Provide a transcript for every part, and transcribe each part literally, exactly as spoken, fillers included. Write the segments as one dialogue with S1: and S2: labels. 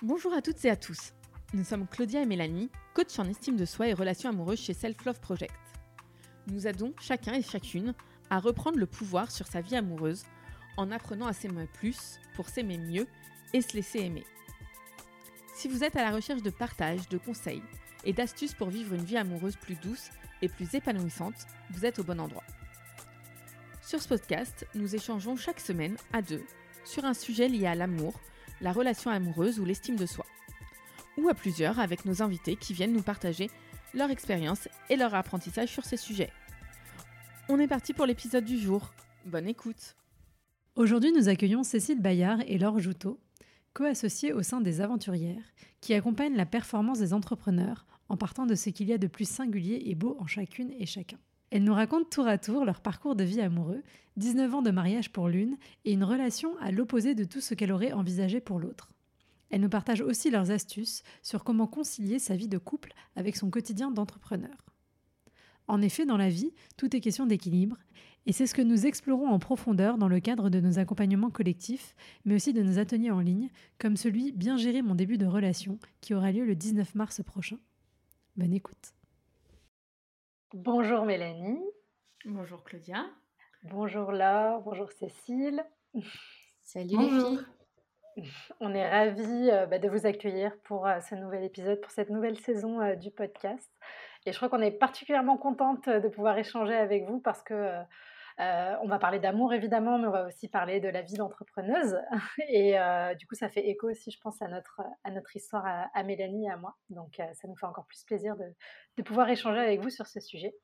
S1: Bonjour à toutes et à tous. Nous sommes Claudia et Mélanie, coach en estime de soi et relations amoureuses chez Self Love Project. Nous aidons chacun et chacune à reprendre le pouvoir sur sa vie amoureuse en apprenant à s'aimer plus pour s'aimer mieux et se laisser aimer. Si vous êtes à la recherche de partage, de conseils et d'astuces pour vivre une vie amoureuse plus douce et plus épanouissante, vous êtes au bon endroit. Sur ce podcast, nous échangeons chaque semaine à deux sur un sujet lié à l'amour, la relation amoureuse ou l'estime de soi. Ou à plusieurs avec nos invités qui viennent nous partager leur expérience et leur apprentissage sur ces sujets. On est parti pour l'épisode du jour. Bonne écoute.
S2: Aujourd'hui, nous accueillons Cécile Bayard et Laure Joutot, co-associées au sein des Aventurières, qui accompagnent la performance des entrepreneurs en partant de ce qu'il y a de plus singulier et beau en chacune et chacun. Elles nous racontent tour à tour leur parcours de vie amoureux, dix-neuf ans de mariage pour l'une et une relation à l'opposé de tout ce qu'elle aurait envisagé pour l'autre. Elles nous partagent aussi leurs astuces sur comment concilier sa vie de couple avec son quotidien d'entrepreneur. En effet, dans la vie, tout est question d'équilibre, et c'est ce que nous explorons en profondeur dans le cadre de nos accompagnements collectifs, mais aussi de nos ateliers en ligne, comme celui « Bien gérer mon début de relation » qui aura lieu le dix-neuf mars prochain. Bonne écoute.
S3: Bonjour Mélanie.
S1: Bonjour Claudia.
S3: Bonjour Laure, bonjour Cécile.
S4: Salut
S2: Bonjour.
S4: les filles.
S3: On est ravis euh, bah, de vous accueillir pour euh, ce nouvel épisode, pour cette nouvelle saison euh, du podcast. Et je crois qu'on est particulièrement contente de pouvoir échanger avec vous parce que euh, euh, on va parler d'amour évidemment, mais on va aussi parler de la vie d'entrepreneuse. Et euh, du coup, ça fait écho aussi, je pense, à notre, à notre histoire à, à Mélanie et à moi. Donc, euh, ça nous fait encore plus plaisir de, de pouvoir échanger avec vous sur ce sujet.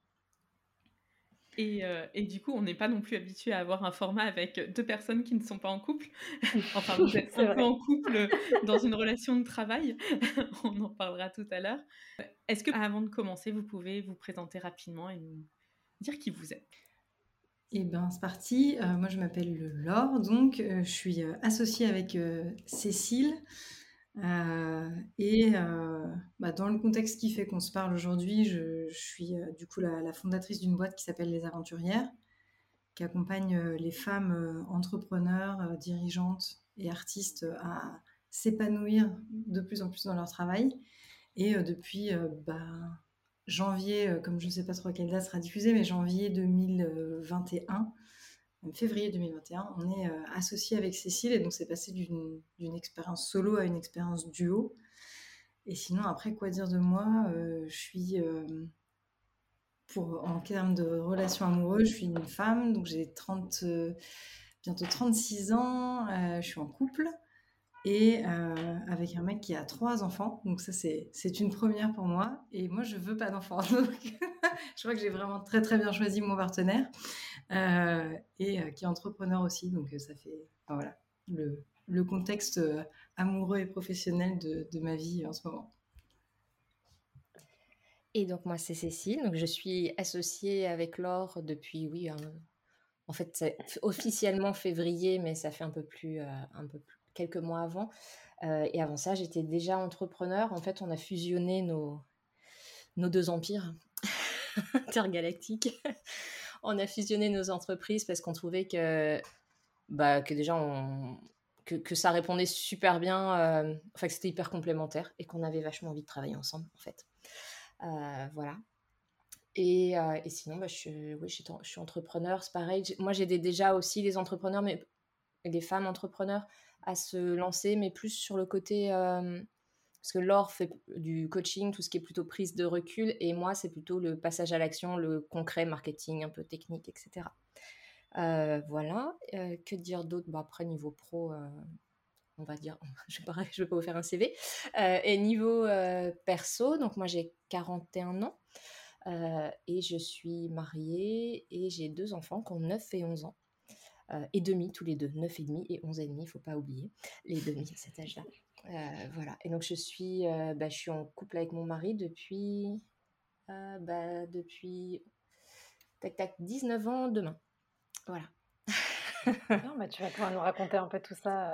S5: Et, euh, et du coup, on n'est pas non plus habitué à avoir un format avec deux personnes qui ne sont pas en couple. Enfin, vous êtes un
S3: vrai.
S5: peu en couple dans une relation de travail. On en parlera tout à l'heure. Est-ce que, avant de commencer, vous pouvez vous présenter rapidement et nous dire qui vous êtes ?
S4: Eh bien, c'est parti. Euh, moi, je m'appelle Laure, donc euh, je suis euh, associée avec euh, Cécile. Euh, et euh, bah, dans le contexte qui fait qu'on se parle aujourd'hui, je, je suis euh, du coup la, la fondatrice d'une boîte qui s'appelle Les Aventurières, qui accompagne euh, les femmes euh, entrepreneurs, euh, dirigeantes et artistes euh, à s'épanouir de plus en plus dans leur travail. Et euh, depuis euh, bah, janvier, euh, comme je ne sais pas trop à quelle date sera diffusée, mais janvier deux mille vingt et un, même février deux mille vingt et un, on est euh, associés avec Cécile, et donc c'est passé d'une, d'une expérience solo à une expérience duo. Et sinon, après, quoi dire de moi euh, Je suis, euh, pour, en termes de relations amoureuses, je suis une femme, donc j'ai trente, euh, bientôt trente-six ans, euh, je suis en couple, et euh, avec un mec qui a trois enfants, donc ça c'est, c'est une première pour moi, et moi je veux pas d'enfants, donc je crois que j'ai vraiment très très bien choisi mon partenaire, euh, et euh, qui est entrepreneur aussi, donc ça fait, enfin, voilà, le, le contexte euh, amoureux et professionnel de, de ma vie en ce moment.
S6: Et donc moi c'est Cécile, donc je suis associée avec Laure depuis, oui, un, en fait c'est officiellement février, mais ça fait un peu plus, euh, un peu plus quelques mois avant. Euh, et avant ça, j'étais déjà entrepreneur. En fait, on a fusionné nos, nos deux empires intergalactiques. On a fusionné nos entreprises parce qu'on trouvait que, bah, que déjà, on, que, que ça répondait super bien, euh, enfin que c'était hyper complémentaire et qu'on avait vachement envie de travailler ensemble, en fait. Euh, voilà. Et, euh, et sinon, bah, je, suis, oui, je, suis, je suis entrepreneur, c'est pareil. Moi, j'aidais déjà aussi les entrepreneurs, mais les femmes entrepreneurs à se lancer, mais plus sur le côté... Euh, parce que Laure fait du coaching, tout ce qui est plutôt prise de recul, et moi, c'est plutôt le passage à l'action, le concret, marketing, un peu technique, et cetera. Euh, voilà. Euh, que dire d'autre ? Bah, après, niveau pro, euh, on va dire... Je ne vais pas vous faire un C V. Euh, et niveau euh, perso, donc moi, j'ai quarante et un ans, euh, et je suis mariée, et j'ai deux enfants qui ont neuf et onze ans. Euh, et demi, tous les deux, neuf et demi et onze et demi, il ne faut pas oublier les demi à cet âge-là. Euh, voilà. Et donc, je suis, euh, bah, je suis en couple avec mon mari depuis, euh, bah, depuis tac, tac, dix-neuf ans demain. Voilà.
S3: Non, bah, tu vas pouvoir nous raconter un peu tout ça.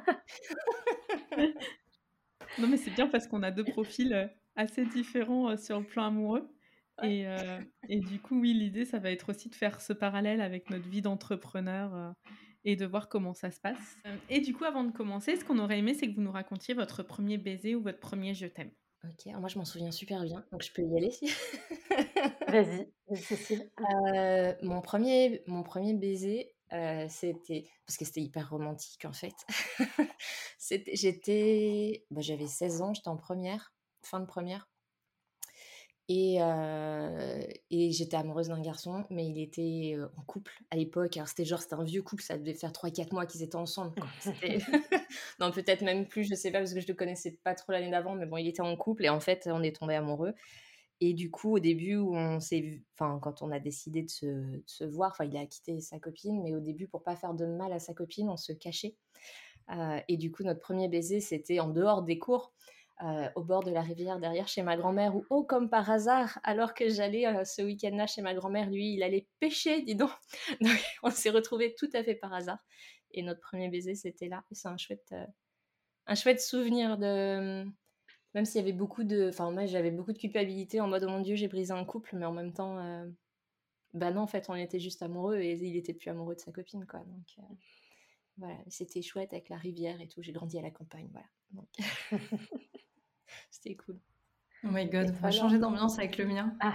S5: Non, mais c'est bien parce qu'on a deux profils assez différents sur le plan amoureux.
S3: Ouais.
S5: Et, euh, et du coup, oui, l'idée, ça va être aussi de faire ce parallèle avec notre vie d'entrepreneur euh, et de voir comment ça se passe. Euh, Et du coup, avant de commencer, ce qu'on aurait aimé, c'est que vous nous racontiez votre premier baiser ou votre premier je t'aime.
S6: Ok, alors moi je m'en souviens super bien, donc je peux y aller si.
S3: Vas-y, vas-y, Cécile.
S6: Euh, mon premier, mon premier baiser, euh, c'était parce que c'était hyper romantique en fait. C'était, j'étais, bah, j'avais seize ans, j'étais en première, fin de première, et, euh, et j'étais amoureuse d'un garçon, mais il était euh, en couple à l'époque. Alors c'était genre, c'était un vieux couple, ça devait faire trois quatre mois qu'ils étaient ensemble, quoi. C'était... non, peut-être même plus, je sais pas, parce que je le connaissais pas trop l'année d'avant, mais bon, il était en couple, et en fait, on est tombés amoureux. Et du coup, au début, où on s'est vu, enfin, quand on a décidé de se, de se voir, enfin, il a quitté sa copine, mais au début, pour pas faire de mal à sa copine, on se cachait. Euh, et du coup, notre premier baiser, c'était en dehors des cours, euh, au bord de la rivière derrière chez ma grand-mère, où, oh, comme par hasard, alors que j'allais euh, ce week-end-là chez ma grand-mère, lui, il allait pêcher, dis donc. Donc, on s'est retrouvés tout à fait par hasard. Et notre premier baiser, c'était là. Et c'est un chouette, euh, un chouette souvenir de... Même s'il y avait beaucoup de... Enfin, moi, j'avais beaucoup de culpabilité en mode, oh mon Dieu, j'ai brisé un couple, mais en même temps, euh... bah non, en fait, on était juste amoureux et il était plus amoureux de sa copine, quoi. Donc, euh... voilà, c'était chouette avec la rivière et tout. J'ai grandi à la campagne, voilà. Donc, c'était cool.
S4: Oh my god,
S3: Et
S4: on
S3: toi,
S4: va
S3: Laure?
S4: changer d'ambiance avec le mien.
S3: Ah,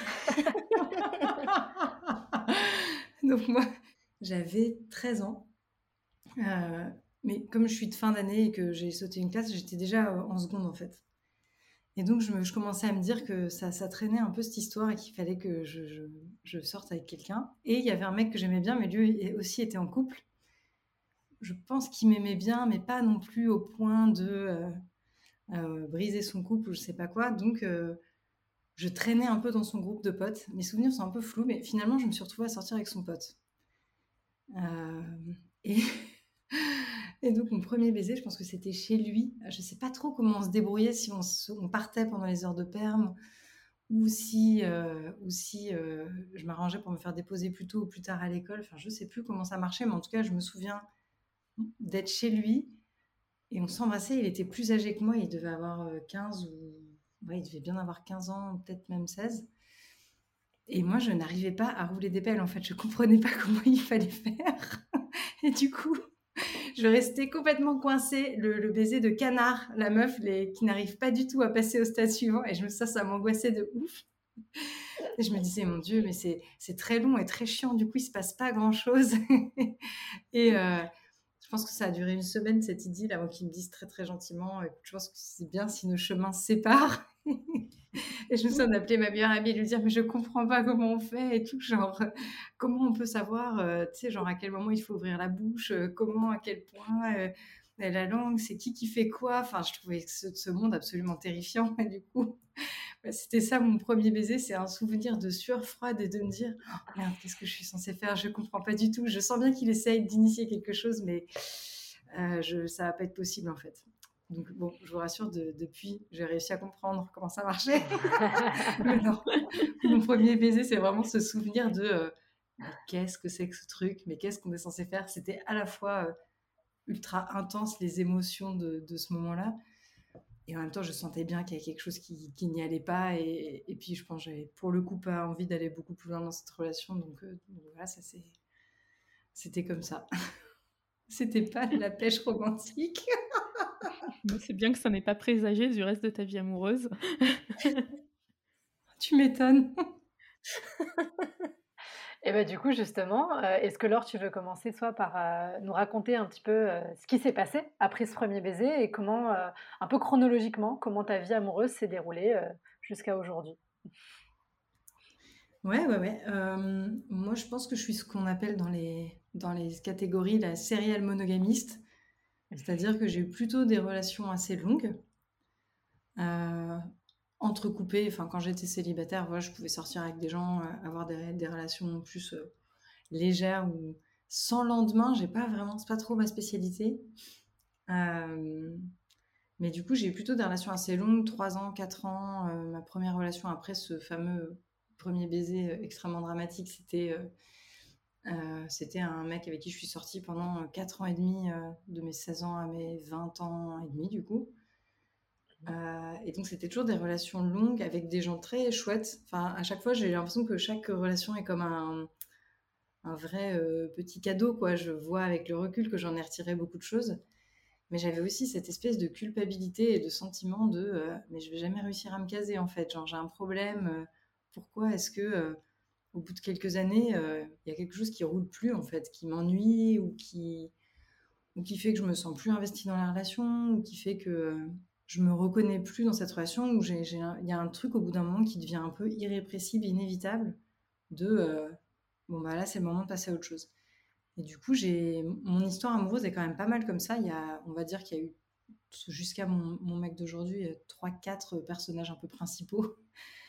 S4: Donc moi, j'avais treize ans. Euh, mais comme je suis de fin d'année et que j'ai sauté une classe, j'étais déjà euh, en seconde en fait. Et donc je, me- je commençais à me dire que ça, ça traînait un peu cette histoire et qu'il fallait que je, je- je sorte avec quelqu'un. Et il y avait un mec que j'aimais bien, mais lui est- aussi était en couple. Je pense qu'il m'aimait bien, mais pas non plus au point de euh, euh, briser son couple ou je sais pas quoi. Donc euh, je traînais un peu dans son groupe de potes. Mes souvenirs sont un peu flous, mais finalement je me suis retrouvée à sortir avec son pote. Euh, et... Et donc, mon premier baiser, je pense que c'était chez lui. Je ne sais pas trop comment on se débrouillait, si on, se- on partait pendant les heures de perm ou si, euh, ou si euh, je m'arrangeais pour me faire déposer plus tôt ou plus tard à l'école. Enfin, je ne sais plus comment ça marchait, mais en tout cas, je me souviens d'être chez lui et on s'embrassait. Il était plus âgé que moi, il devait avoir euh, quinze ou... Ouais, il devait bien avoir quinze ans, peut-être même seize. Et moi, je n'arrivais pas à rouler des pelles, en fait. Je ne comprenais pas comment il fallait faire. Et du coup, je restais complètement coincée, le, le baiser de canard, la meuf les, qui n'arrive pas du tout à passer au stade suivant. Et je me ça, ça m'angoissait de ouf. Et je me disais, mon Dieu, mais c'est, c'est très long et très chiant. Du coup, il ne se passe pas grand-chose. Et euh, je pense que ça a duré une semaine, cette idylle, avant qu'ils me disent très, très gentiment, écoute, je pense que c'est bien si nos chemins se séparent. Et je me souviens d'appeler ma meilleure amie et lui dire, mais je comprends pas comment on fait et tout, genre, euh, comment on peut savoir, euh, tu sais, genre, à quel moment il faut ouvrir la bouche, euh, comment, à quel point, euh, la langue, c'est qui qui fait quoi. Enfin, je trouvais ce, ce monde absolument terrifiant. Et du coup, bah, c'était ça mon premier baiser, c'est un souvenir de sueur froide et de me dire, oh, merde, qu'est-ce que je suis censée faire? Je comprends pas du tout. Je sens bien qu'il essaye d'initier quelque chose, mais euh, je, ça va pas être possible en fait. Donc bon, je vous rassure, de, depuis, j'ai réussi à comprendre comment ça marchait. Mais non, mon premier baiser, c'est vraiment ce souvenir de euh, mais qu'est-ce que c'est que ce truc? Mais qu'est-ce qu'on est censé faire? C'était à la fois euh, ultra intense, les émotions de, de ce moment-là. Et en même temps, je sentais bien qu'il y avait quelque chose qui, qui n'y allait pas. Et, et puis, je pense que j'avais pour le coup pas envie d'aller beaucoup plus loin dans cette relation. Donc, euh, donc voilà, ça c'est... c'était comme ça. C'était pas de la pêche romantique.
S5: Mais c'est bien que ça n'ait pas présagé du reste de ta vie amoureuse.
S4: Tu m'étonnes.
S3: et bah, du coup, justement, euh, est-ce que Laure, tu veux commencer soit par euh, nous raconter un petit peu euh, ce qui s'est passé après ce premier baiser et comment, euh, un peu chronologiquement, comment ta vie amoureuse s'est déroulée euh, jusqu'à aujourd'hui?
S4: Ouais, ouais, ouais. Euh, moi, je pense que je suis ce qu'on appelle dans les, dans les catégories la serial monogamiste. C'est-à-dire que j'ai eu plutôt des relations assez longues, euh, entrecoupées. Enfin, quand j'étais célibataire, voilà, je pouvais sortir avec des gens, euh, avoir des, des relations plus euh, légères ou sans lendemain. J'ai pas vraiment, c'est pas trop ma spécialité. Euh, mais du coup, j'ai eu plutôt des relations assez longues, trois ans, quatre ans. Euh, ma première relation après ce fameux premier baiser euh, extrêmement dramatique, c'était euh, euh, c'était un mec avec qui je suis sortie pendant quatre ans et demi, euh, de mes seize ans à mes vingt ans et demi, du coup. Euh, et donc, c'était toujours des relations longues avec des gens très chouettes. Enfin, à chaque fois, j'ai l'impression que chaque relation est comme un, un vrai euh, petit cadeau, quoi. Je vois avec le recul que j'en ai retiré beaucoup de choses. Mais j'avais aussi cette espèce de culpabilité et de sentiment de euh, mais je vais jamais réussir à me caser, en fait. Genre, j'ai un problème. euh, pourquoi est-ce que, euh, au bout de quelques années, euh, il y a quelque chose qui roule plus, en fait, qui m'ennuie ou qui, ou qui fait que je me sens plus investie dans la relation, ou qui fait que euh, je me reconnais plus dans cette relation, où j'ai, j'ai un- il y a un truc au bout d'un moment qui devient un peu irrépressible, inévitable, de euh, bon, bah là, c'est le moment de passer à autre chose. Et du coup, j'ai mon histoire amoureuse est quand même pas mal comme ça. Il y a, on va dire qu'il y a eu jusqu'à mon, mon mec d'aujourd'hui, il y a trois, quatre personnages un peu principaux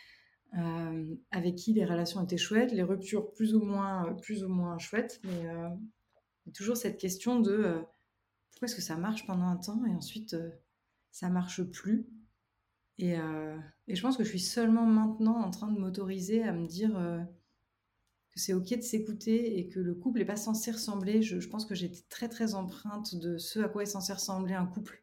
S4: euh, avec qui les relations étaient chouettes, les ruptures plus ou moins, plus ou moins chouettes, mais euh, il y a toujours cette question de euh, pourquoi est-ce que ça marche pendant un temps et ensuite euh, ça marche plus. Et, euh, et je pense que je suis seulement maintenant en train de m'autoriser à me dire euh, que c'est ok de s'écouter et que le couple n'est pas censé ressembler. Je, je pense que j'étais très très empreinte de ce à quoi est censé ressembler un couple.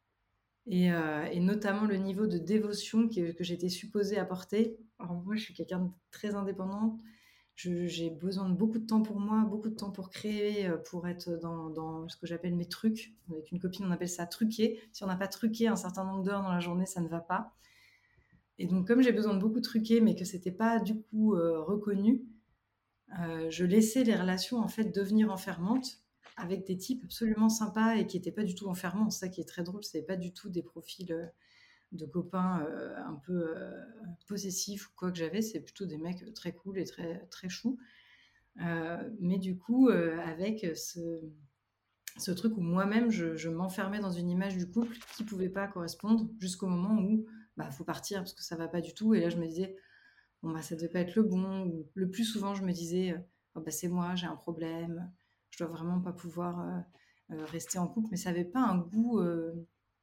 S4: Et, euh, et notamment le niveau de dévotion que, que j'étais supposée apporter. Alors moi, je suis quelqu'un de très indépendante. Je- j'ai besoin de beaucoup de temps pour moi, beaucoup de temps pour créer, euh, pour être dans, dans ce que j'appelle mes trucs. Avec une copine, on appelle ça truquer. Si on n'a pas truqué un certain nombre d'heures dans la journée, ça ne va pas. Et donc, comme j'ai besoin de beaucoup truquer, mais que c'était pas du coup euh, reconnu, euh, je laissais les relations en fait devenir enfermantes avec des types absolument sympas et qui n'étaient pas du tout enfermants. C'est ça qui est très drôle, c'est pas du tout des profils euh, de copains euh, un peu euh, possessifs ou quoi que j'avais, c'est plutôt des mecs très cool et très, très choux. Euh, mais du coup, euh, avec ce, ce truc où moi-même, je, je m'enfermais dans une image du couple qui pouvait pas correspondre jusqu'au moment où bah faut partir parce que ça va pas du tout. Et là, je me disais, bon, bah, ça devait pas être le bon. Ou le plus souvent, je me disais, euh, oh, bah, c'est moi, j'ai un problème, je dois vraiment pas pouvoir euh, euh, rester en couple. Mais ça avait pas un goût euh,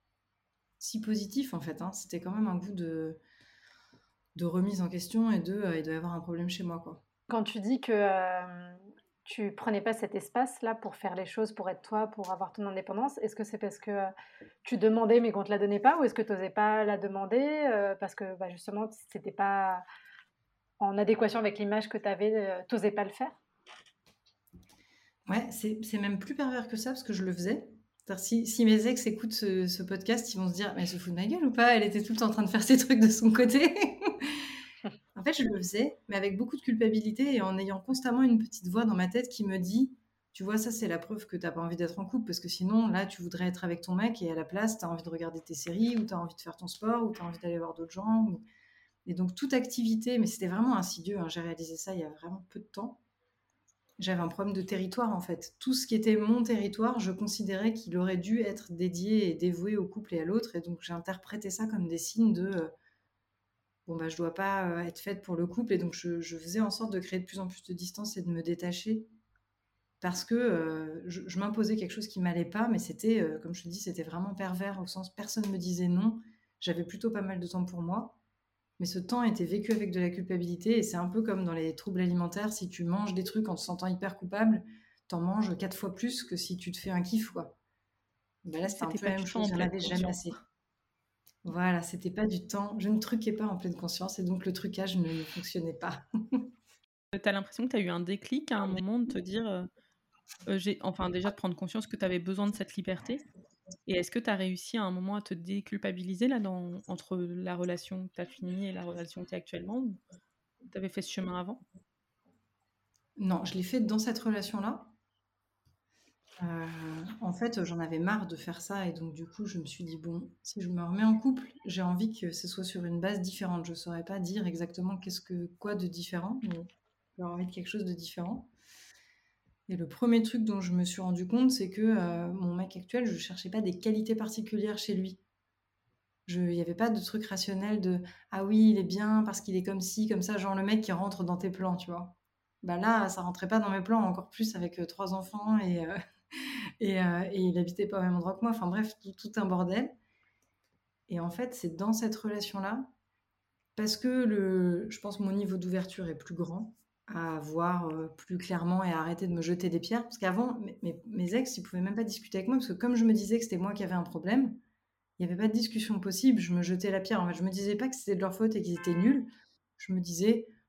S4: si positif, en fait. Hein. C'était quand même un goût de, de remise en question et de, euh, il doit y avoir un problème chez moi, quoi.
S3: Quand tu dis que euh, tu prenais pas cet espace-là pour faire les choses, pour être toi, pour avoir ton indépendance, est-ce que c'est parce que euh, tu demandais mais qu'on te la donnait pas, ou est-ce que tu n'osais pas la demander euh, parce que bah, justement c'était pas en adéquation avec l'image que tu avais, euh, tu n'osais pas le faire?
S4: Ouais, c'est, c'est même plus pervers que ça parce que je le faisais. C'est-à-dire, si, si mes ex écoutent ce, ce podcast, ils vont se dire, mais elle se fout de ma gueule ou pas? Elle était tout le temps en train de faire ses trucs de son côté. En fait, je le faisais, mais avec beaucoup de culpabilité et en ayant constamment une petite voix dans ma tête qui me dit, tu vois, ça c'est la preuve que t'as pas envie d'être en couple, parce que sinon, là, tu voudrais être avec ton mec et à la place, t'as envie de regarder tes séries, ou t'as envie de faire ton sport, ou t'as envie d'aller voir d'autres gens. ou- Et donc, toute activité, mais c'était vraiment insidieux, hein, j'ai réalisé ça il y a vraiment peu de temps. J'avais un problème de territoire, en fait. Tout ce qui était mon territoire, je considérais qu'il aurait dû être dédié et dévoué au couple et à l'autre, et donc j'ai interprété ça comme des signes de... euh, bon bah je dois pas euh, être faite pour le couple et donc je, je faisais en sorte de créer de plus en plus de distance et de me détacher parce que euh, je, je m'imposais quelque chose qui m'allait pas, mais c'était euh, comme je te dis, c'était vraiment pervers au sens personne me disait non, j'avais plutôt pas mal de temps pour moi, mais ce temps était vécu avec de la culpabilité et c'est un peu comme dans les troubles alimentaires, si tu manges des trucs en te sentant hyper coupable, t'en manges quatre fois plus que si tu te fais un kiff, quoi. Bah là c'était un
S5: C'était
S4: peu la
S5: pas
S4: même
S5: du tout en
S4: chose, j'en
S5: pleine
S4: avais jamais
S5: conscience.
S4: assez. Voilà, c'était pas du temps, je ne truquais pas en pleine conscience et donc le trucage ne ne fonctionnait pas.
S5: Tu as l'impression que tu as eu un déclic à un moment de te dire, euh, euh, j'ai, enfin déjà de prendre conscience que tu avais besoin de cette liberté. Et est-ce que tu as réussi à un moment à te déculpabiliser là dans, entre la relation que tu as finie et la relation que tu as actuellement, ou tu avais fait ce chemin avant?
S4: Non, je l'ai fait dans cette relation-là. Euh, en fait, j'en avais marre de faire ça et donc du coup, je me suis dit, bon, si je me remets en couple, j'ai envie que ce soit sur une base différente. Je ne saurais pas dire exactement qu'est-ce que, quoi de différent, mais j'ai envie de quelque chose de différent. Et le premier truc dont je me suis rendu compte, c'est que euh, mon mec actuel, je ne cherchais pas des qualités particulières chez lui. Il n'y avait pas de truc rationnel de ah oui, il est bien parce qu'il est comme ci, comme ça, genre le mec qui rentre dans tes plans, tu vois. Bah là, ça rentrait pas dans mes plans, encore plus avec euh, trois enfants et, euh, et, euh, et il habitait pas au même endroit que moi. Enfin bref, tout, tout un bordel. Et en fait, c'est dans cette relation-là, parce que le, je pense que mon niveau d'ouverture est plus grand, à voir euh, plus clairement et à arrêter de me jeter des pierres. Parce qu'avant, mes, mes, mes ex, ils pouvaient même pas discuter avec moi, parce que comme je me disais que c'était moi qui avais un problème, il n'y avait pas de discussion possible, je me jetais la pierre. En fait, je me disais pas que c'était de leur faute et qu'ils étaient nuls. Je me disais,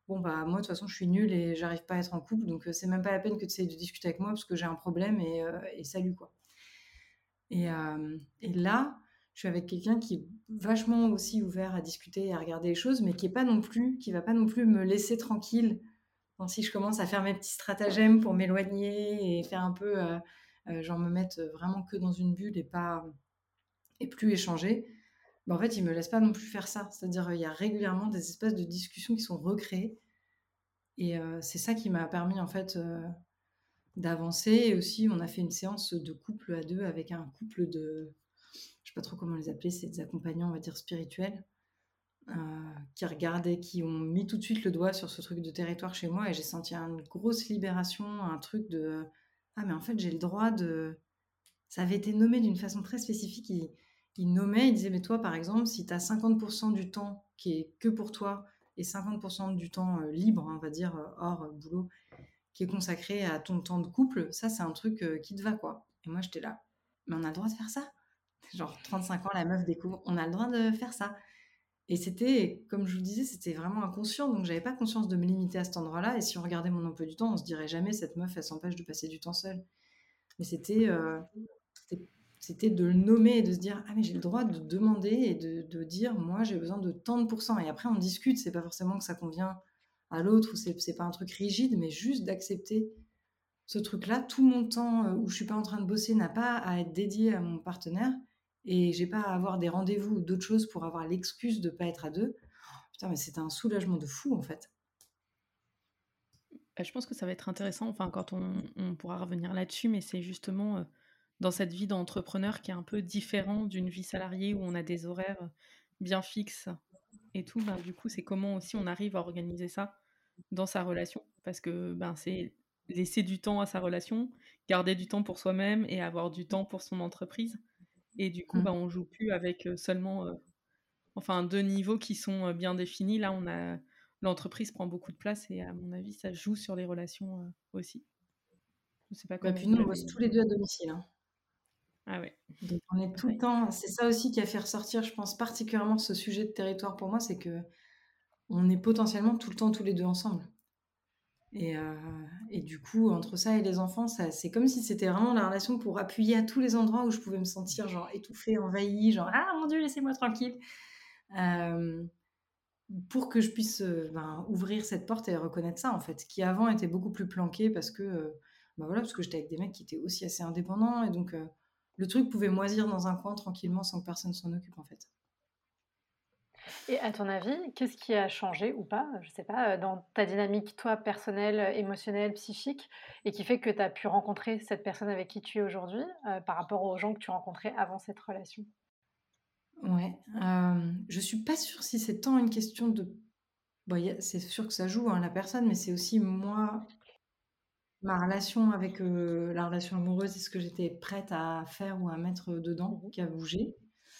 S4: bon, bah, moi, de toute façon, je suis nulle et j'arrive pas à être en couple, donc euh, c'est même pas la peine que tu essayes de discuter avec moi parce que j'ai un problème et, euh, et salut, quoi. Et, euh, et là, je suis avec quelqu'un qui est vachement aussi ouvert à discuter et à regarder les choses, mais qui est pas non plus, qui va pas non plus me laisser tranquille. Donc, si je commence à faire mes petits stratagèmes pour m'éloigner et faire un peu, euh, euh, genre me mettre vraiment que dans une bulle et pas et plus échanger, bah, en fait, il me laisse pas non plus faire ça. C'est-à-dire, il y a régulièrement des espèces de discussions qui sont recréées. Et euh, c'est ça qui m'a permis, en fait, euh, d'avancer. Et aussi, on a fait une séance de couple à deux avec un couple de, je sais pas trop comment les appeler, c'est des accompagnants, on va dire, spirituels, euh, qui regardaient, qui ont mis tout de suite le doigt sur ce truc de territoire chez moi. Et j'ai senti une grosse libération, un truc de, ah, mais en fait, j'ai le droit de... Ça avait été nommé d'une façon très spécifique. Il, il nommait, il disait, mais toi, par exemple, si tu as cinquante pour cent du temps qui est que pour toi et cinquante pour cent du temps euh, libre, hein, on va dire, euh, hors euh, boulot, qui est consacré à ton temps de couple, ça, c'est un truc euh, qui te va, quoi. Et moi, j'étais là, mais on a le droit de faire ça. Genre, trente-cinq ans, la meuf découvre, on a le droit de faire ça. Et c'était, comme je vous disais, c'était vraiment inconscient, donc j'avais pas conscience de me limiter à cet endroit-là. Et si on regardait mon emploi du temps, on se dirait jamais, cette meuf, elle s'empêche de passer du temps seule. Mais c'était... Euh, c'était c'était de le nommer et de se dire, ah mais j'ai le droit de demander et de, de dire, moi j'ai besoin de tant de pourcents. Et après on discute, c'est pas forcément que ça convient à l'autre ou c'est, c'est pas un truc rigide, mais juste d'accepter ce truc-là. Tout mon temps euh, où je suis pas en train de bosser n'a pas à être dédié à mon partenaire et j'ai pas à avoir des rendez-vous ou d'autres choses pour avoir l'excuse de pas être à deux. Putain, mais c'était un soulagement de fou en fait.
S5: Bah, je pense que ça va être intéressant, enfin, quand on, on pourra revenir là-dessus, mais c'est justement euh, dans cette vie d'entrepreneur qui est un peu différent d'une vie salariée où on a des horaires bien fixes et tout, ben, du coup, c'est comment aussi on arrive à organiser ça dans sa relation. Parce que ben, c'est laisser du temps à sa relation, garder du temps pour soi-même et avoir du temps pour son entreprise. Et du coup,
S4: Mm.
S5: ben, on joue plus avec euh, seulement euh, enfin, deux niveaux qui sont euh, bien définis. Là, on a l'entreprise prend beaucoup de place et à mon avis, ça joue sur les relations euh, aussi. Je sais pas
S4: Bah,
S5: comment
S4: puis
S5: vous
S4: nous, on
S5: l'avez.
S4: bosse tous les deux à domicile, hein.
S5: Ah ouais.
S4: Donc on est tout le
S5: Ouais.
S4: temps, c'est ça aussi qui a fait ressortir, je pense, particulièrement ce sujet de territoire pour moi, c'est que on est potentiellement tout le temps tous les deux ensemble. Et, euh, et du coup, entre ça et les enfants, ça, c'est comme si c'était vraiment la relation pour appuyer à tous les endroits où je pouvais me sentir genre étouffée, envahie, genre ah mon Dieu, laissez-moi tranquille. Euh, pour que je puisse euh, ben, ouvrir cette porte et reconnaître ça en fait, qui avant était beaucoup plus planqué parce que, euh, ben voilà, parce que j'étais avec des mecs qui étaient aussi assez indépendants et donc euh, le truc pouvait moisir dans un coin tranquillement sans que personne s'en occupe en fait.
S3: Et à ton avis, qu'est-ce qui a changé ou pas, je sais pas, euh, dans ta dynamique, toi, personnelle, euh, émotionnelle, psychique, et qui fait que tu as pu rencontrer cette personne avec qui tu es aujourd'hui, euh, par rapport aux gens que tu rencontrais avant cette relation?
S4: Ouais, euh, je suis pas sûre si c'est tant une question de... Bon, y a- c'est sûr que ça joue, hein, la personne, mais c'est aussi moi, ma relation avec euh, la relation amoureuse et ce que j'étais prête à faire ou à mettre dedans
S3: Mhm.
S4: qui a bougé.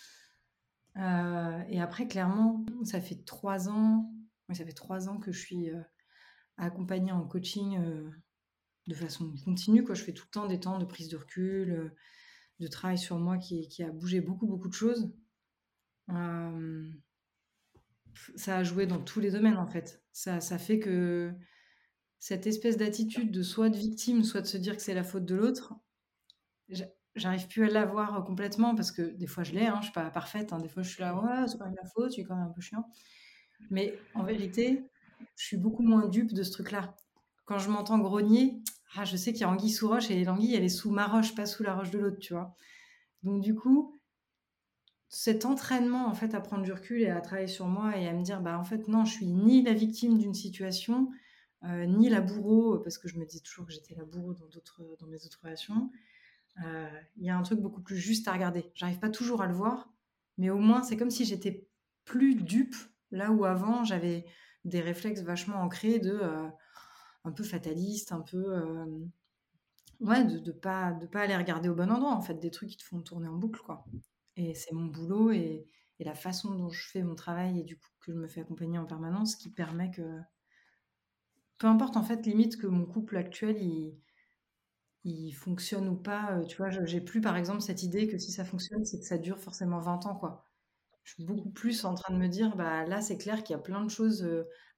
S4: Euh, et après, clairement, ça fait trois ans, ouais, ça fait trois ans que je suis euh, accompagnée en coaching euh, de façon continue, quoi. Je fais tout le temps des temps de prise de recul, euh, de travail sur moi qui, qui a bougé beaucoup, beaucoup de choses. Euh, ça a joué dans tous les domaines, en fait. Ça, ça fait que cette espèce d'attitude de soit de victime, soit de se dire que c'est la faute de l'autre, j'a- j'arrive plus à l'avoir complètement parce que des fois je l'ai, hein, je suis pas parfaite, hein, des fois je suis là, ouais, c'est quand même la faute, je suis quand même un peu chiant. Mais en vérité, je suis beaucoup moins dupe de ce truc-là. Quand je m'entends grogner, ah, je sais qu'il y a anguille sous roche et l'anguille, elle est sous ma roche, pas sous la roche de l'autre, tu vois. Donc du coup, cet entraînement en fait à prendre du recul et à travailler sur moi et à me dire, bah en fait non, je suis ni la victime d'une situation, euh, ni la bourreau, parce que je me disais toujours que j'étais la bourreau dans, d'autres, dans mes autres relations. Euh, Il y a un truc beaucoup plus juste à regarder. J'arrive pas toujours à le voir, mais au moins c'est comme si j'étais plus dupe, là où avant j'avais des réflexes vachement ancrés de euh, un peu fataliste, un peu euh, ouais, de, de pas de pas aller regarder au bon endroit en fait, des trucs qui te font tourner en boucle quoi. Et c'est mon boulot et, et la façon dont je fais mon travail et du coup que je me fais accompagner en permanence qui permet que peu importe en fait limite que mon couple actuel il il fonctionne ou pas, euh, tu vois, je- j'ai plus par exemple cette idée que si ça fonctionne, c'est que ça dure forcément vingt ans, quoi. Je suis beaucoup plus en train de me dire, bah là, c'est clair qu'il y a plein de choses euh,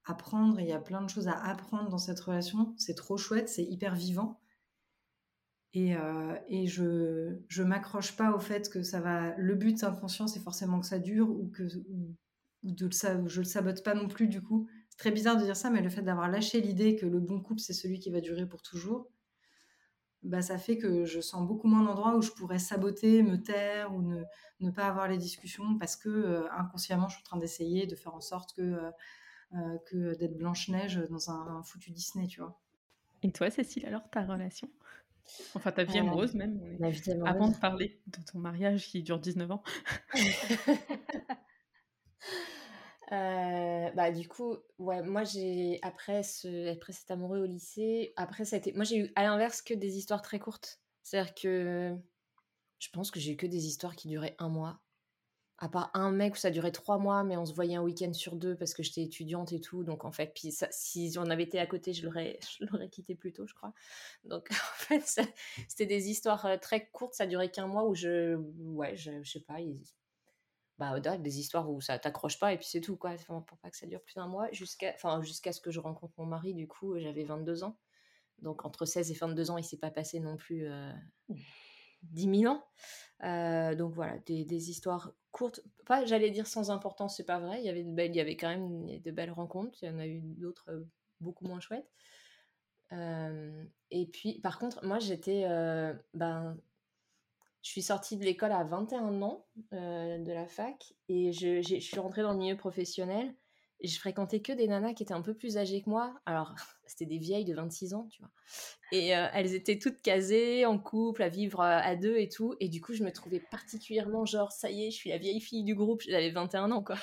S4: apprendre, il y a plein de choses à apprendre dans cette relation. C'est trop chouette, c'est hyper vivant. Et, euh, et je je m'accroche pas au fait que ça va. Le but inconscient, c'est forcément que ça dure ou que ou, ou de le sa- je le sabote pas non plus du coup. C'est très bizarre de dire ça, mais le fait d'avoir lâché l'idée que le bon couple c'est celui qui va durer pour toujours, bah ça fait que je sens beaucoup moins d'endroits où je pourrais saboter, me taire ou ne ne pas avoir les discussions parce que euh, inconsciemment je suis en train d'essayer de faire en sorte que euh, euh, que d'être Blanche-Neige dans un, un foutu Disney, tu vois.
S5: Et toi, Cécile, alors ta relation? Enfin, ta vie
S6: Euh,
S5: amoureuse même. on est-
S6: ma vie
S5: Avant
S6: amoureuse.
S5: de parler de ton mariage qui dure dix-neuf ans.
S6: Euh, bah du coup, ouais, moi j'ai après ce après cet amoureux au lycée, après ça a été, moi j'ai eu à l'inverse que des histoires très courtes. C'est-à-dire que je pense que j'ai eu que des histoires qui duraient un mois. À part un mec où ça durait trois mois, mais on se voyait un week-end sur deux parce que j'étais étudiante et tout. Donc en fait, puis ça, si on avait été à côté, je l'aurais, je l'aurais quitté plus tôt, je crois. Donc en fait, ça- c'était des histoires euh, très courtes. Ça durait qu'un mois où je, ouais, je, je sais pas, ils- bah ouais, des histoires où ça t'accroche pas et puis c'est tout quoi. Enfin, pour pas que ça dure plus d'un mois, jusqu'à, enfin jusqu'à ce que je rencontre mon mari. Du coup, j'avais vingt-deux ans. Donc entre seize et vingt-deux ans, il s'est pas passé non plus euh, dix mille ans. Euh, donc voilà, des, des histoires courtes, pas j'allais dire sans importance, c'est pas vrai, il y avait de belles, il y avait quand même de belles rencontres, il y en a eu d'autres euh, beaucoup moins chouettes. Euh, et puis par contre, moi j'étais, euh, ben, je suis sortie de l'école à vingt et un ans euh, de la fac et je, j'ai- je suis rentrée dans le milieu professionnel. Et je fréquentais que des nanas qui étaient un peu plus âgées que moi. Alors, c'était des vieilles de vingt-six ans, tu vois. Et euh, elles étaient toutes casées, en couple, à vivre euh, à deux et tout. Et du coup, je me trouvais particulièrement genre, ça y est, je suis la vieille fille du groupe. J'avais vingt et un ans, quoi.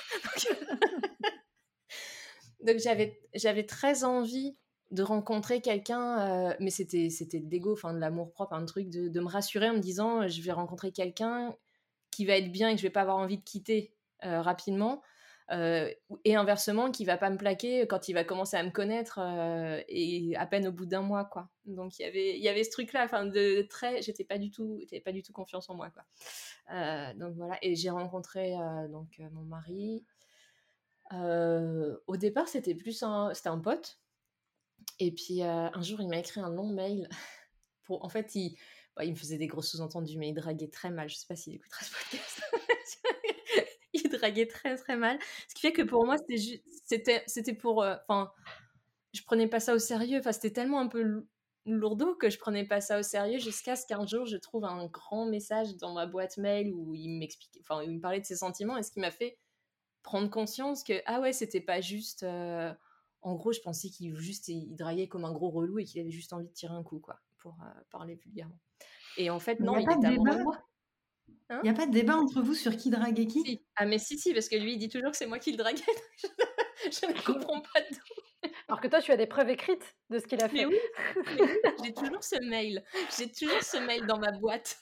S6: Donc, j'avais, j'avais très envie de rencontrer quelqu'un, euh, mais c'était, c'était de l'ego, enfin de l'amour-propre, un truc de, de me rassurer en me disant, je vais rencontrer quelqu'un qui va être bien et que je vais pas avoir envie de quitter euh, rapidement. Euh, et inversement, qui va pas me plaquer quand il va commencer à me connaître euh, et à peine au bout d'un mois, quoi. Donc il y avait il y avait ce truc-là, enfin de très, j'étais pas du tout, j'avais pas du tout confiance en moi, quoi. Euh, donc voilà, et j'ai rencontré euh, donc euh, mon mari. Euh, au départ, c'était plus un, c'était un pote. Et puis euh, un jour, il m'a écrit un long mail. Pour, en fait, il, bah, il me faisait des gros sous-entendus, mais il draguait très mal. Je sais pas s'il écoutera ce podcast. Il draguait très très mal. Ce qui fait que pour moi, c'était ju- c'était c'était pour, enfin, euh, je prenais pas ça au sérieux. Enfin, c'était tellement un peu lourdeau que je prenais pas ça au sérieux jusqu'à ce qu'un jour je trouve un grand message dans ma boîte mail où il m'expliquait, enfin, il me parlait de ses sentiments et ce qui m'a fait prendre conscience que ah ouais, c'était pas juste. Euh, en gros, je pensais qu'il juste il draguait comme un gros relou et qu'il avait juste envie de tirer un coup, quoi, pour euh, parler vulgairement. Et en fait,
S4: Mais il
S6: non,
S4: n'y a
S6: il
S4: pas de
S6: était amoureux de
S4: débat.
S6: moi. Hein.
S4: Il n'y a pas de débat entre vous sur qui drague et qui.
S6: Si. Ah mais si si, parce que lui il dit toujours que c'est moi qui le draguais. Je ne comprends pas tout.
S3: Alors que toi, tu as des preuves écrites de ce qu'il a fait.
S6: Mais oui, mais oui, j'ai toujours ce mail. J'ai toujours ce mail dans ma boîte.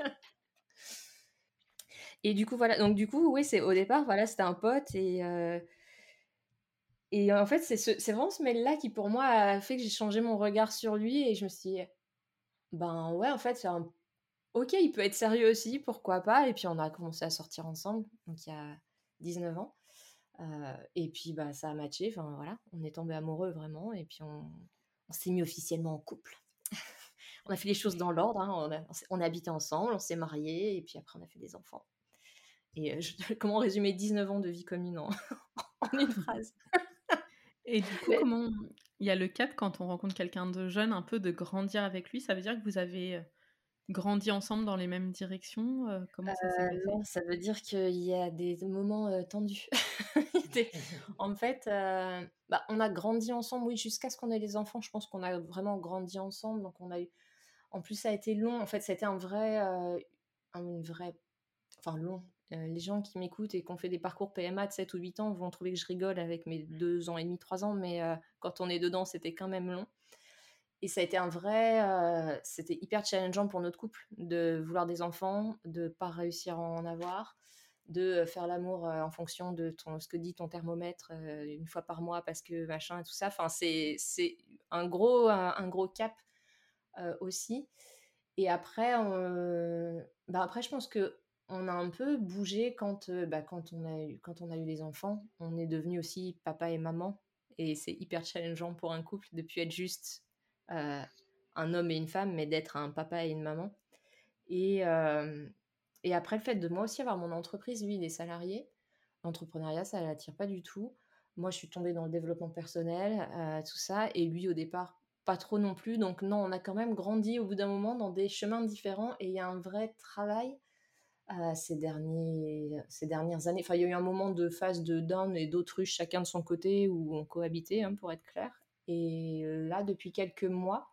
S6: Et du coup, voilà. Donc, du coup, oui, c'est au départ, voilà, c'était un pote. Et, euh, et en fait, c'est, ce, c'est vraiment ce mail-là qui, pour moi, a fait que j'ai changé mon regard sur lui. Et je me suis dit, ben ouais, en fait, c'est un... ok, il peut être sérieux aussi, pourquoi pas. Et puis, on a commencé à sortir ensemble, donc il y a dix-neuf ans. Euh, et puis, bah, ça a matché. Enfin, voilà, on est tombés amoureux vraiment. Et puis, on, on s'est mis officiellement en couple. On a fait les choses dans l'ordre. Hein. On, a, on, on a habité ensemble, on s'est mariés. Et puis après, on a fait des enfants. Et euh, je, comment résumer dix-neuf ans de vie commune en, en une phrase.
S5: Et du coup,
S3: Mais-
S5: comment il y a le cap quand on rencontre quelqu'un de jeune, un peu de grandir avec lui? Ça veut dire que vous avez euh, grandi ensemble dans les mêmes directions? euh, Comment ça s'est
S6: Euh,
S5: passé?
S6: non, ça veut dire qu'il y a des moments euh, tendus. Des- En fait, euh, bah, on a grandi ensemble, oui, jusqu'à ce qu'on ait les enfants. Je pense qu'on a vraiment grandi ensemble. Donc, on a eu. En plus, ça a été long. En fait, ça a été un vrai, euh, un- une vraie, enfin long. Euh, les gens qui m'écoutent et qui ont fait des parcours P M A de sept ou huit ans vont trouver que je rigole avec mes deux ans et demi, trois ans, mais euh, quand on est dedans, c'était quand même long. Et ça a été un vrai... euh, c'était hyper challengeant pour notre couple de vouloir des enfants, de pas réussir à en avoir, de faire l'amour euh, en fonction de ton, ce que dit ton thermomètre euh, une fois par mois parce que machin et tout ça. Enfin, c'est, c'est un, gros, un, un gros cap euh, aussi. Et après, on... bah après, je pense que on a un peu bougé quand, euh, bah, quand, on a eu, quand on a eu les enfants. On est devenus aussi papa et maman. Et c'est hyper challengeant pour un couple de plus être juste euh, un homme et une femme, mais d'être un papa et une maman. Et, euh, et après, le fait de moi aussi avoir mon entreprise, lui, il est salarié. L'entrepreneuriat, ça ne l'attire pas du tout. Moi, je suis tombée dans le développement personnel, euh, tout ça. Et lui, au départ, pas trop non plus. Donc non, on a quand même grandi au bout d'un moment dans des chemins différents. Et il y a un vrai travail euh, ces, derniers, ces dernières années. Enfin, il y a eu un moment de phase de down et d'autruche, chacun de son côté, où on cohabitait, hein, pour être clair. Et là, depuis quelques mois,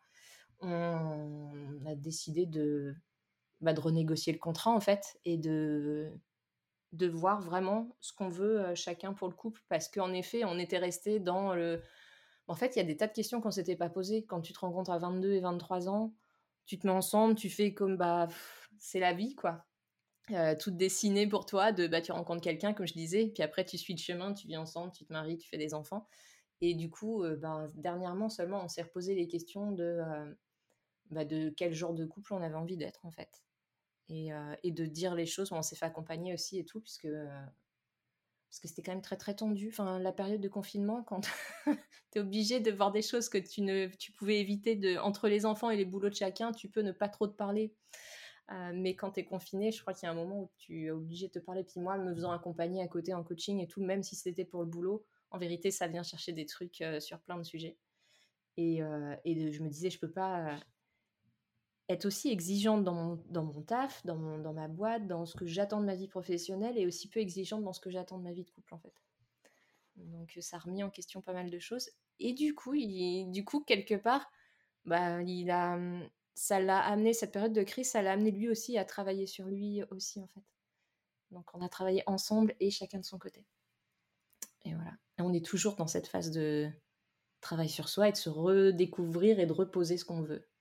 S6: on a décidé de, bah, de renégocier le contrat, en fait, et de, de voir vraiment ce qu'on veut euh, chacun pour le couple. Parce qu'en effet, on était resté dans le... En fait, il y a des tas de questions qu'on ne s'était pas posées. Quand tu te rencontres à vingt-deux et vingt-trois ans, tu te mets ensemble, tu fais comme, bah, pff, c'est la vie, quoi. Euh, tout dessiné pour toi, de, bah, tu rencontres quelqu'un, comme je disais, puis après, tu suis le chemin, tu vis ensemble, tu te maries, tu fais des enfants. Et du coup, euh, bah, dernièrement seulement, on s'est reposé les questions de, euh, bah, de quel genre de couple on avait envie d'être, en fait. Et, euh, et de dire les choses. Bon, on s'est fait accompagner aussi et tout, puisque... Euh, parce que c'était quand même très très tendu. Enfin, la période de confinement, quand tu es obligé de voir des choses que tu, ne, tu pouvais éviter de, entre les enfants et les boulots de chacun, tu peux ne pas trop te parler. Euh, mais quand tu es confiné, je crois qu'il y a un moment où tu es obligé de te parler. Puis moi, me faisant accompagner à côté en coaching et tout, même si c'était pour le boulot, en vérité, ça vient chercher des trucs euh, sur plein de sujets. Et, euh, et de, je me disais, je peux pas... Euh, être aussi exigeante dans mon, dans mon taf, dans, mon, dans ma boîte, dans ce que j'attends de ma vie professionnelle et aussi peu exigeante dans ce que j'attends de ma vie de couple, en fait. Donc ça a remis en question pas mal de choses. Et du coup, il, du coup quelque part, bah, il a, ça l'a amené, cette période de crise, ça l'a amené lui aussi à travailler sur lui aussi, en fait. Donc on a travaillé ensemble et chacun de son côté. Et voilà. Et on est toujours dans cette phase de travail sur soi et de se redécouvrir et de reposer ce qu'on veut.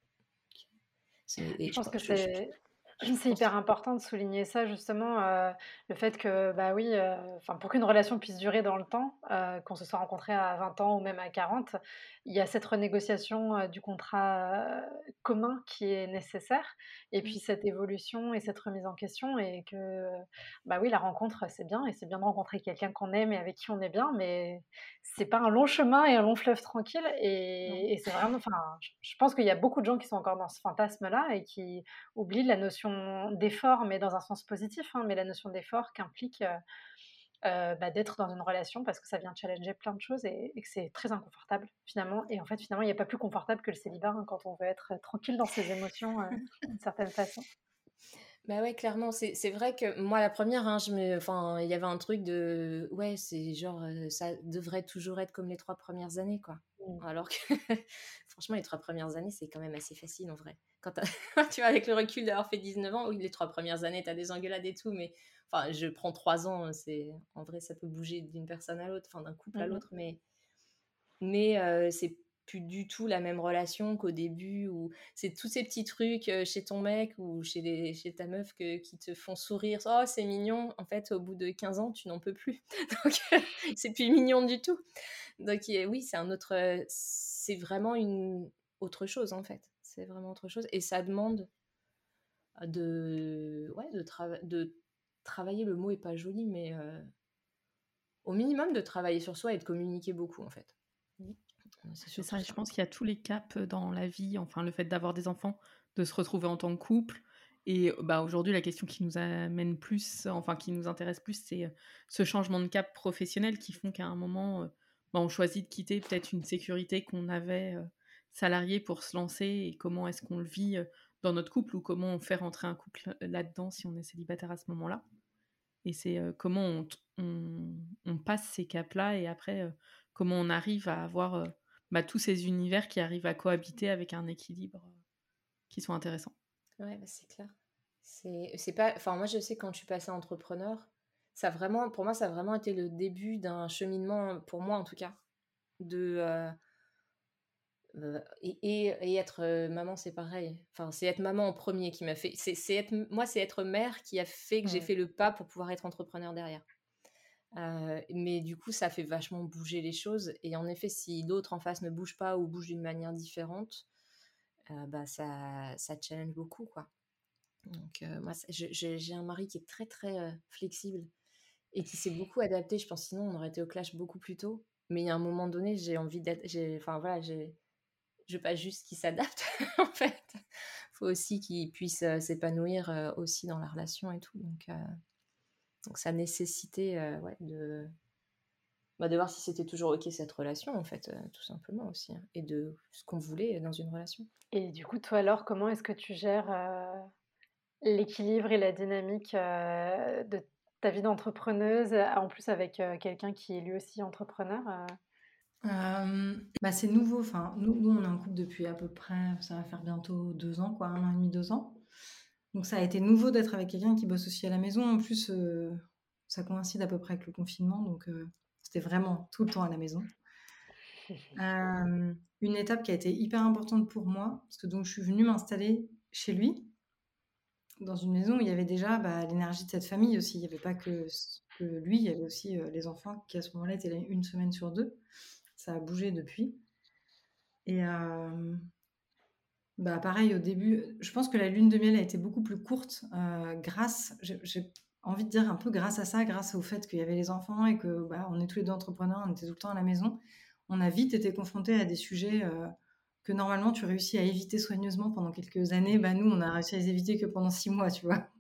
S3: C'est, je, je pense que je, c'est, je, je c'est hyper important de souligner ça, justement, euh, le fait que, bah oui, euh, pour qu'une relation puisse durer dans le temps, euh, qu'on se soit rencontré à vingt ans ou même à quarante, il y a cette renégociation euh, du contrat euh, commun qui est nécessaire, et puis cette évolution et cette remise en question, et que, bah oui, la rencontre, c'est bien, et c'est bien de rencontrer quelqu'un qu'on aime et avec qui on est bien, mais c'est pas un long chemin et un long fleuve tranquille, et, et c'est vraiment, enfin, je, je pense qu'il y a beaucoup de gens qui sont encore dans ce fantasme-là et qui oublient la notion d'effort, mais dans un sens positif, hein, mais la notion d'effort qu'implique euh, euh, bah, d'être dans une relation, parce que ça vient challenger plein de choses et, et que c'est très inconfortable finalement. Et en fait, finalement, il n'y a pas plus confortable que le célibat hein, quand on veut être tranquille dans ses émotions euh, d'une certaine façon.
S6: Bah ouais, clairement, c'est, c'est vrai que moi, la première, hein, je me, enfin, il y avait un truc de, ouais, c'est genre, euh, ça devrait toujours être comme les trois premières années, quoi. Mmh. Alors que, franchement, les trois premières années, c'est quand même assez facile, en vrai. Quand tu vois, avec le recul d'avoir fait dix-neuf ans, oui, les trois premières années, t'as des engueulades et tout, mais, enfin, je prends trois ans, c'est, en vrai, ça peut bouger d'une personne à l'autre, enfin, d'un couple mmh. à l'autre, mais, mais euh, c'est plus du tout la même relation qu'au début, où c'est tous ces petits trucs chez ton mec ou chez, les, chez ta meuf que, qui te font sourire. Oh, c'est mignon. En fait, au bout de quinze ans, tu n'en peux plus. Donc, c'est plus mignon du tout. Donc, oui, c'est un autre... C'est vraiment une autre chose, en fait. C'est vraiment autre chose. Et ça demande de... Ouais, de, trava- de travailler. Le mot est pas joli, mais euh, au minimum de travailler sur soi et de communiquer beaucoup, en fait.
S5: C'est, c'est ça, ça, je pense qu'il y a tous les caps dans la vie, enfin le fait d'avoir des enfants, de se retrouver en tant que couple. Et bah, aujourd'hui, la question qui nous amène plus, enfin qui nous intéresse plus, c'est ce changement de cap professionnel qui font qu'à un moment, bah, on choisit de quitter peut-être une sécurité qu'on avait euh, salariée pour se lancer, et comment est-ce qu'on le vit dans notre couple, ou comment on fait rentrer un couple là-dedans si on est célibataire à ce moment-là. Et c'est euh, comment on, on, on passe ces caps-là, et après, euh, comment on arrive à avoir... Euh, Bah, tous ces univers qui arrivent à cohabiter avec un équilibre euh, qui sont intéressants.
S6: Ouais, bah c'est clair. C'est, c'est pas, enfin, moi, je sais, quand je suis passée entrepreneur, ça vraiment, pour moi, ça a vraiment été le début d'un cheminement, pour moi en tout cas, de... Euh, euh, et, et, et être euh, maman, c'est pareil. Enfin, c'est être maman en premier qui m'a fait... C'est, c'est être, moi, c'est être mère qui a fait que ouais. j'ai fait le pas pour pouvoir être entrepreneur derrière. Euh, mais du coup, ça fait vachement bouger les choses. Et en effet, si d'autres en face ne bougent pas ou bougent d'une manière différente, euh, bah, ça, ça challenge beaucoup, quoi. Donc, euh, moi, je, je, j'ai un mari qui est très, très euh, flexible et qui s'est beaucoup adapté. Je pense sinon, on aurait été au clash beaucoup plus tôt. mais il y a un moment donné, j'ai envie d'être... j'ai- Enfin, voilà, j'ai... je veux pas juste qu'il s'adapte, en fait. Faut aussi qu'il puisse euh, s'épanouir euh, aussi dans la relation et tout. Donc, euh, donc ça nécessitait euh, ouais, de... Bah, de voir si c'était toujours OK cette relation, en fait, euh, tout simplement aussi. Hein, et de ce qu'on voulait dans une relation.
S3: Et du coup, toi alors, comment est-ce que tu gères euh, l'équilibre et la dynamique euh, de ta vie d'entrepreneuse, euh, en plus avec euh, quelqu'un qui est lui aussi entrepreneur euh
S4: Euh, bah, c'est nouveau. Enfin, nous, nous, on est en couple depuis à peu près, ça va faire bientôt deux ans, quoi, un an et demi, deux ans. Donc ça a été nouveau d'être avec quelqu'un qui bosse aussi à la maison. En plus, euh, ça coïncide à peu près avec le confinement, donc euh, c'était vraiment tout le temps à la maison. Euh, une étape qui a été hyper importante pour moi, parce que donc je suis venue m'installer chez lui, dans une maison où il y avait déjà bah, l'énergie de cette famille aussi. Il n'y avait pas que, que lui, il y avait aussi euh, les enfants qui à ce moment-là étaient là une semaine sur deux. Ça a bougé depuis. Et euh, bah, pareil, au début, je pense que la lune de miel a été beaucoup plus courte euh, grâce, j'ai, j'ai envie de dire un peu grâce à ça, grâce au fait qu'il y avait les enfants et que bah, on est tous les deux entrepreneurs, on était tout le temps à la maison. On a vite été confrontés à des sujets euh, que normalement tu réussis à éviter soigneusement pendant quelques années. Bah, nous, on a réussi à les éviter que pendant six mois, tu vois.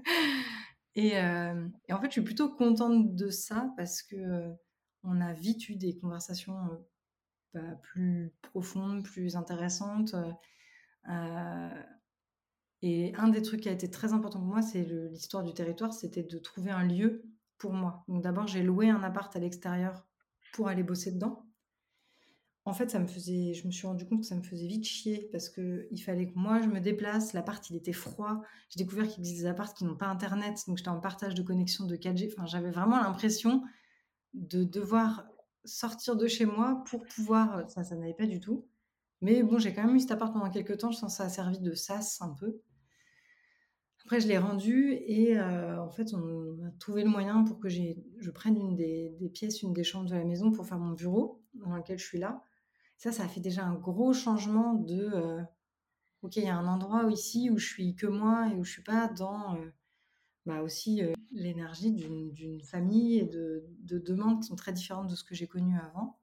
S4: et, euh, et en fait, je suis plutôt contente de ça parce que euh, on a vite eu des conversations euh, bah, plus profondes, plus intéressantes. Euh, euh, et un des trucs qui a été très important pour moi, c'est le- l'histoire du territoire, c'était de trouver un lieu pour moi. Donc d'abord, j'ai loué un appart à l'extérieur pour aller bosser dedans. En fait, ça me faisait, je me suis rendu compte que ça me faisait vite chier parce que il fallait que moi je me déplace. L'appart, il était froid. J'ai découvert qu'il existe des apparts qui n'ont pas internet, donc j'étais en partage de connexion de quatre G. Enfin, j'avais vraiment l'impression de devoir sortir de chez moi pour pouvoir. Ça, ça n'allait pas du tout. Mais bon, j'ai quand même eu cet appart pendant quelques temps. Je sens que ça a servi de sas un peu. Après, je l'ai rendu et euh, en fait, on a trouvé le moyen pour que j'ai, je prenne une des, des pièces, une des chambres de la maison pour faire mon bureau dans lequel je suis là. Ça, ça a fait déjà un gros changement de euh, ok, il y a un endroit ici où je suis que moi et où je suis pas dans euh, bah aussi euh, l'énergie d'une, d'une famille et de, de demandes qui sont très différentes de ce que j'ai connu avant.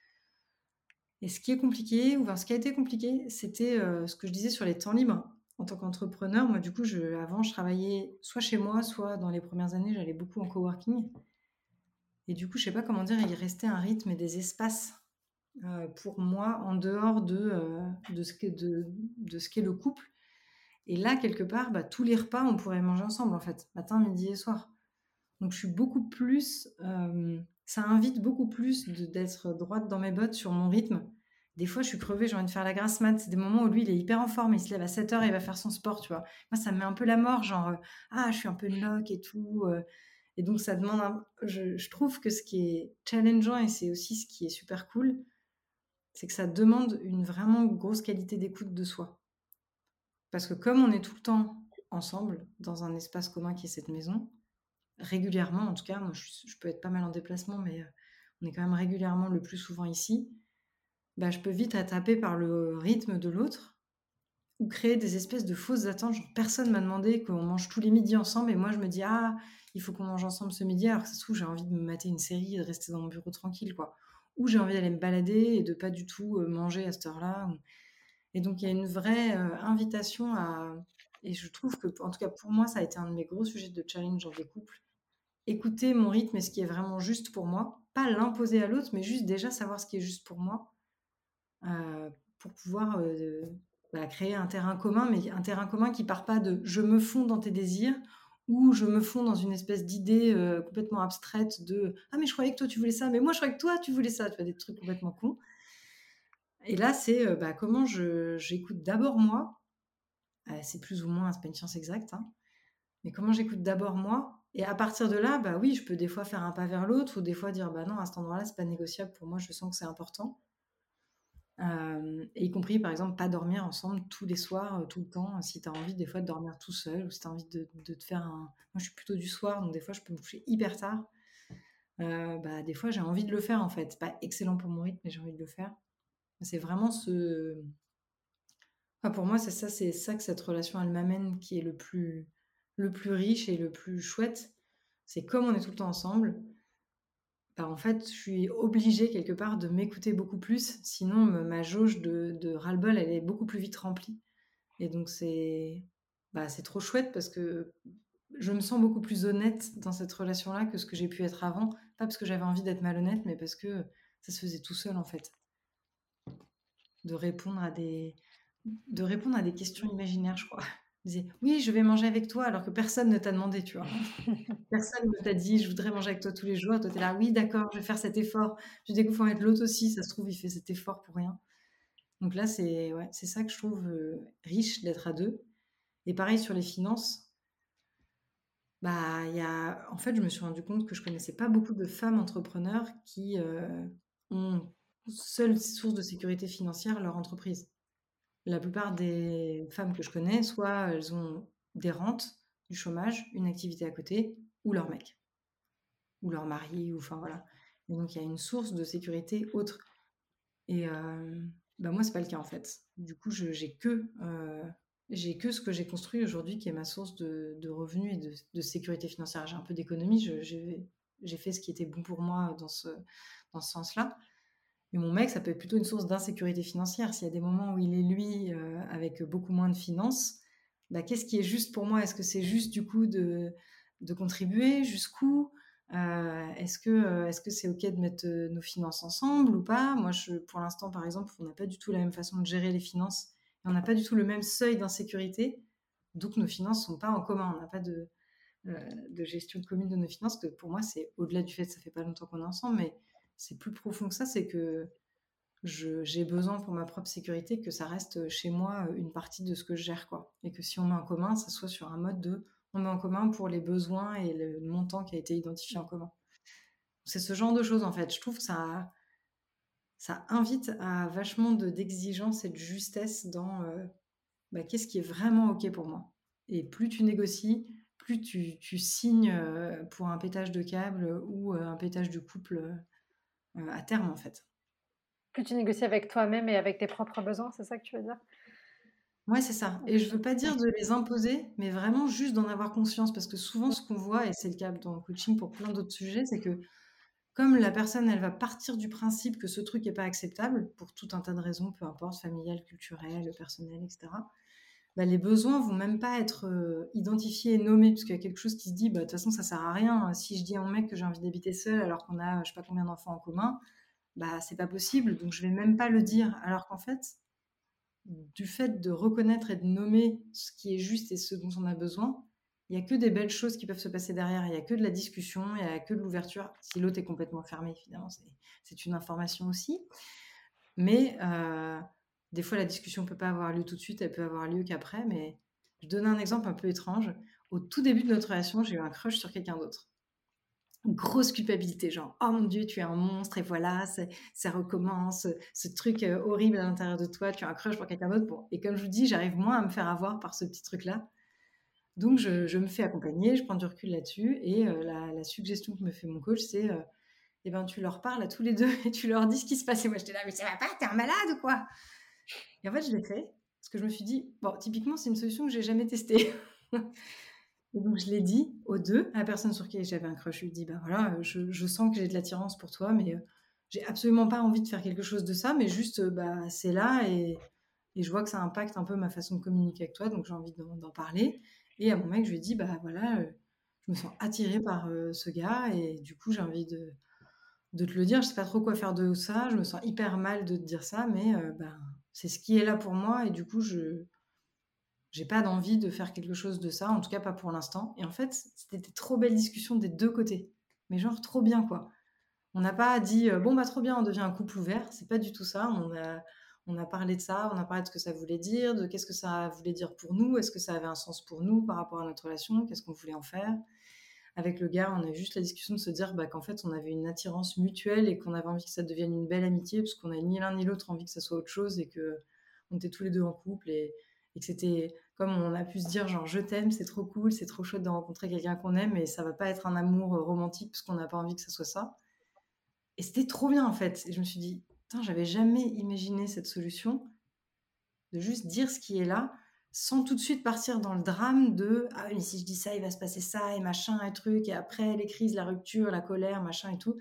S4: Et ce qui est compliqué, ou enfin, ce qui a été compliqué, c'était euh, ce que je disais sur les temps libres. En tant qu'entrepreneur, moi, du coup, je, avant, je travaillais soit chez moi, soit dans les premières années, j'allais beaucoup en coworking. Et du coup, je sais pas comment dire, il restait un rythme et des espaces euh, pour moi en dehors de, euh, de, ce qu'est, de, de ce qu'est le couple. Et là, quelque part, bah, tous les repas, on pourrait manger ensemble, en fait, matin, midi et soir. Donc, je suis beaucoup plus... euh, ça invite beaucoup plus de, d'être droite dans mes bottes sur mon rythme. Des fois, je suis crevée, j'ai envie de faire la grasse mat. C'est des moments où lui, il est hyper en forme, il se lève à sept heures et il va faire son sport, tu vois. Moi, ça me met un peu la mort, genre, euh, ah, je suis un peu une loque et tout. euh. Et donc, ça demande un... je, je trouve que ce qui est challengeant, et c'est aussi ce qui est super cool, c'est que ça demande une vraiment grosse qualité d'écoute de soi. Parce que comme on est tout le temps ensemble, dans un espace commun qui est cette maison, régulièrement, en tout cas, moi, je, je peux être pas mal en déplacement, mais euh, on est quand même régulièrement le plus souvent ici, bah, je peux vite être happée par le rythme de l'autre ou créer des espèces de fausses attentes. Genre, personne m'a demandé qu'on mange tous les midis ensemble et moi, je me dis, ah, il faut qu'on mange ensemble ce midi, alors que ça se trouve, j'ai envie de me mater une série et de rester dans mon bureau tranquille, quoi. Ou j'ai envie d'aller me balader et de pas du tout euh, manger à cette heure-là. Et donc, il y a une vraie euh, invitation à... Et je trouve que, en tout cas pour moi, ça a été un de mes gros sujets de challenge dans des couples. Écouter mon rythme et ce qui est vraiment juste pour moi. Pas l'imposer à l'autre, mais juste déjà savoir ce qui est juste pour moi. Euh, pour pouvoir euh, bah, créer un terrain commun, mais un terrain commun qui part pas de « je me fonds dans tes désirs » ou « je me fonds dans une espèce d'idée euh, complètement abstraite de « ah mais je croyais que toi tu voulais ça, mais moi je croyais que toi tu voulais ça », tu vois, des trucs complètement cons. Et là, c'est euh, bah, comment je, j'écoute d'abord moi. Euh, c'est plus ou moins, c'est pas une science exacte, hein, mais comment j'écoute d'abord moi. Et à partir de là, bah oui, je peux des fois faire un pas vers l'autre ou des fois dire bah non, à cet endroit-là, c'est pas négociable pour moi, je sens que c'est important. Euh, et y compris, par exemple, pas dormir ensemble tous les soirs, euh, tout le temps. Si tu as envie, des fois, de dormir tout seul ou si tu as envie de, de te faire un. Moi, je suis plutôt du soir, donc des fois, je peux me coucher hyper tard. Euh, bah, des fois, j'ai envie de le faire en fait. C'est pas excellent pour mon rythme, mais j'ai envie de le faire. C'est vraiment ce. Enfin, pour moi, c'est ça, c'est ça que cette relation, elle m'amène, qui est le plus, le plus riche et le plus chouette. C'est comme on est tout le temps ensemble, bah, en fait, je suis obligée quelque part de m'écouter beaucoup plus, sinon me ma jauge de de ras-le-bol, elle est beaucoup plus vite remplie et donc c'est bah, c'est trop chouette parce que je me sens beaucoup plus honnête dans cette relation-là que ce que j'ai pu être avant. Pas parce que j'avais envie d'être malhonnête, mais parce que ça se faisait tout seul, en fait. De répondre à des de répondre à des questions imaginaires, je crois. Je disais: «Oui, je vais manger avec toi», alors que personne ne t'a demandé, tu vois? Personne ne t'a dit: «Je voudrais manger avec toi tous les jours». Toi, tu es là: «Oui, d'accord, je vais faire cet effort». Tu découvres en fait l'autre aussi, ça se trouve, il fait cet effort pour rien. Donc là, c'est ouais, c'est ça que je trouve, heu, riche d'être à deux. Et pareil sur les finances, bah, il y a en fait, je me suis rendu compte que je connaissais pas beaucoup de femmes entrepreneurs qui, heu, ont seule source de sécurité financière leur entreprise. La plupart des femmes que je connais, soit elles ont des rentes, du chômage, une activité à côté ou leur mec ou leur mari ou enfin voilà. Et donc il y a une source de sécurité autre et hem, bah, moi c'est pas le cas en fait. Du coup, je j'ai que, heu, j'ai que ce que j'ai construit aujourd'hui qui est ma source de de revenus et de de sécurité financière. J'ai un peu d'économie, je j'ai j'ai fait ce qui était bon pour moi dans ce dans ce sens-là. Mais mon mec, ça peut être plutôt une source d'insécurité financière. S'il y a des moments où il est lui, heu, avec beaucoup moins de finances, bah, qu'est-ce qui est juste pour moi? Est-ce que c'est juste du coup de de contribuer? Jusqu'où? Heu, est-ce que, heu, est-ce que c'est OK de mettre, heu, nos finances ensemble ou pas? Moi, je pour l'instant, par exemple, on n'a pas du tout la même façon de gérer les finances et on n'a pas du tout le même seuil d'insécurité, donc nos finances sont pas en commun. On n'a pas de, heu, de gestion commune de nos finances, que pour moi, c'est au-delà du fait que ça fait pas longtemps qu'on est ensemble, mais c'est plus profond que ça. C'est que je j'ai besoin pour ma propre sécurité que ça reste, chez moi, une partie de ce que je gère, quoi. Et que si on met en commun, ça soit sur un mode de on met en commun pour les besoins et le montant qui a été identifié en commun. C'est ce genre de choses, en fait. Je trouve que ça ça invite à vachement de d'exigence et de justesse dans, heu, bah, qu'est-ce qui est vraiment OK pour moi? Et plus tu négocies, plus tu tu signes, heu, pour un pétage de câble ou, heu, un pétage du couple, heu, à terme, en fait.
S3: Plus tu négocies avec toi-même et avec tes propres besoins, c'est ça que tu veux dire?
S4: Ouais, c'est ça. Et je veux pas dire de les imposer, mais vraiment juste d'en avoir conscience. Parce que souvent, ce qu'on voit, et c'est le cas dans le coaching pour plein d'autres sujets, c'est que comme la personne, elle va partir du principe que ce truc est pas acceptable, pour tout un tas de raisons, peu importe, familiales, culturelles, personnelles, et cetera, bah, les besoins vont même pas être euh, identifiés et nommés, parce qu'il y a quelque chose qui se dit, bah, de toute façon, ça sert à rien. Si je dis à mon mec que j'ai envie d'habiter seul alors qu'on a, je sais pas combien d'enfants en commun, bah, c'est pas possible, donc je vais même pas le dire. Alors qu'en fait, du fait de reconnaître et de nommer ce qui est juste et ce dont on a besoin, il y a que des belles choses qui peuvent se passer derrière. Il y a que de la discussion, il y a que de l'ouverture. Si l'autre est complètement fermé, évidemment, c'est, c'est une information aussi. Mais euh, des fois, la discussion ne peut pas avoir lieu tout de suite, elle peut avoir lieu qu'après. Mais je donne un exemple un peu étrange. Au tout début de notre relation, j'ai eu un crush sur quelqu'un d'autre. Grosse culpabilité, genre oh mon Dieu, tu es un monstre et voilà, c'est, ça recommence, ce truc euh, horrible à l'intérieur de toi, tu as un crush pour quelqu'un d'autre. Bon, et comme je vous dis, j'arrive moins à me faire avoir par ce petit truc-là. Donc je, je me fais accompagner, je prends du recul là-dessus et euh, la, la suggestion que me fait mon coach, c'est euh, eh ben, tu leur parles à tous les deux et tu leur dis ce qui se passe. Et moi, j'étais là, mais ça va pas, t'es un malade ou quoi? Et en fait, je l'ai fait parce que je me suis dit, bon, typiquement, c'est une solution que j'ai jamais testée. Et donc, je l'ai dit aux deux, à la personne sur qui j'avais un crush. Je lui ai dit, bah voilà, je, je sens que j'ai de l'attirance pour toi, mais euh, j'ai absolument pas envie de faire quelque chose de ça, mais juste, euh, bah, c'est là et, et je vois que ça impacte un peu ma façon de communiquer avec toi, donc j'ai envie d'en, d'en parler. Et à mon mec, je lui ai dit, bah voilà, euh, je me sens attirée par euh, ce gars et du coup, j'ai envie de, de te le dire. Je sais pas trop quoi faire de ça, je me sens hyper mal de te dire ça, mais euh, bah, c'est ce qui est là pour moi et du coup, je j'ai pas d'envie de faire quelque chose de ça, en tout cas pas pour l'instant. Et en fait, c'était des trop belles discussions des deux côtés. Mais genre trop bien, quoi. On n'a pas dit euh, bon bah trop bien, on devient un couple ouvert. C'est pas du tout ça. On a, on a parlé de ça, on a parlé de ce que ça voulait dire, de qu'est-ce que ça voulait dire pour nous, est-ce que ça avait un sens pour nous par rapport à notre relation, qu'est-ce qu'on voulait en faire. Avec le gars, on a eu juste la discussion de se dire bah, qu'en fait on avait une attirance mutuelle et qu'on avait envie que ça devienne une belle amitié, parce qu'on n'a ni l'un ni l'autre envie que ça soit autre chose et que on était tous les deux en couple et, et que c'était comme on a pu se dire genre je t'aime, c'est trop cool, c'est trop chouette de rencontrer quelqu'un qu'on aime et ça va pas être un amour romantique parce qu'on n'a pas envie que ça soit ça. Et c'était trop bien en fait. Et je me suis dit, putain, j'avais jamais imaginé cette solution de juste dire ce qui est là sans tout de suite partir dans le drame de ah mais si je dis ça, il va se passer ça et machin et truc et après les crises, la rupture, la colère, machin et tout.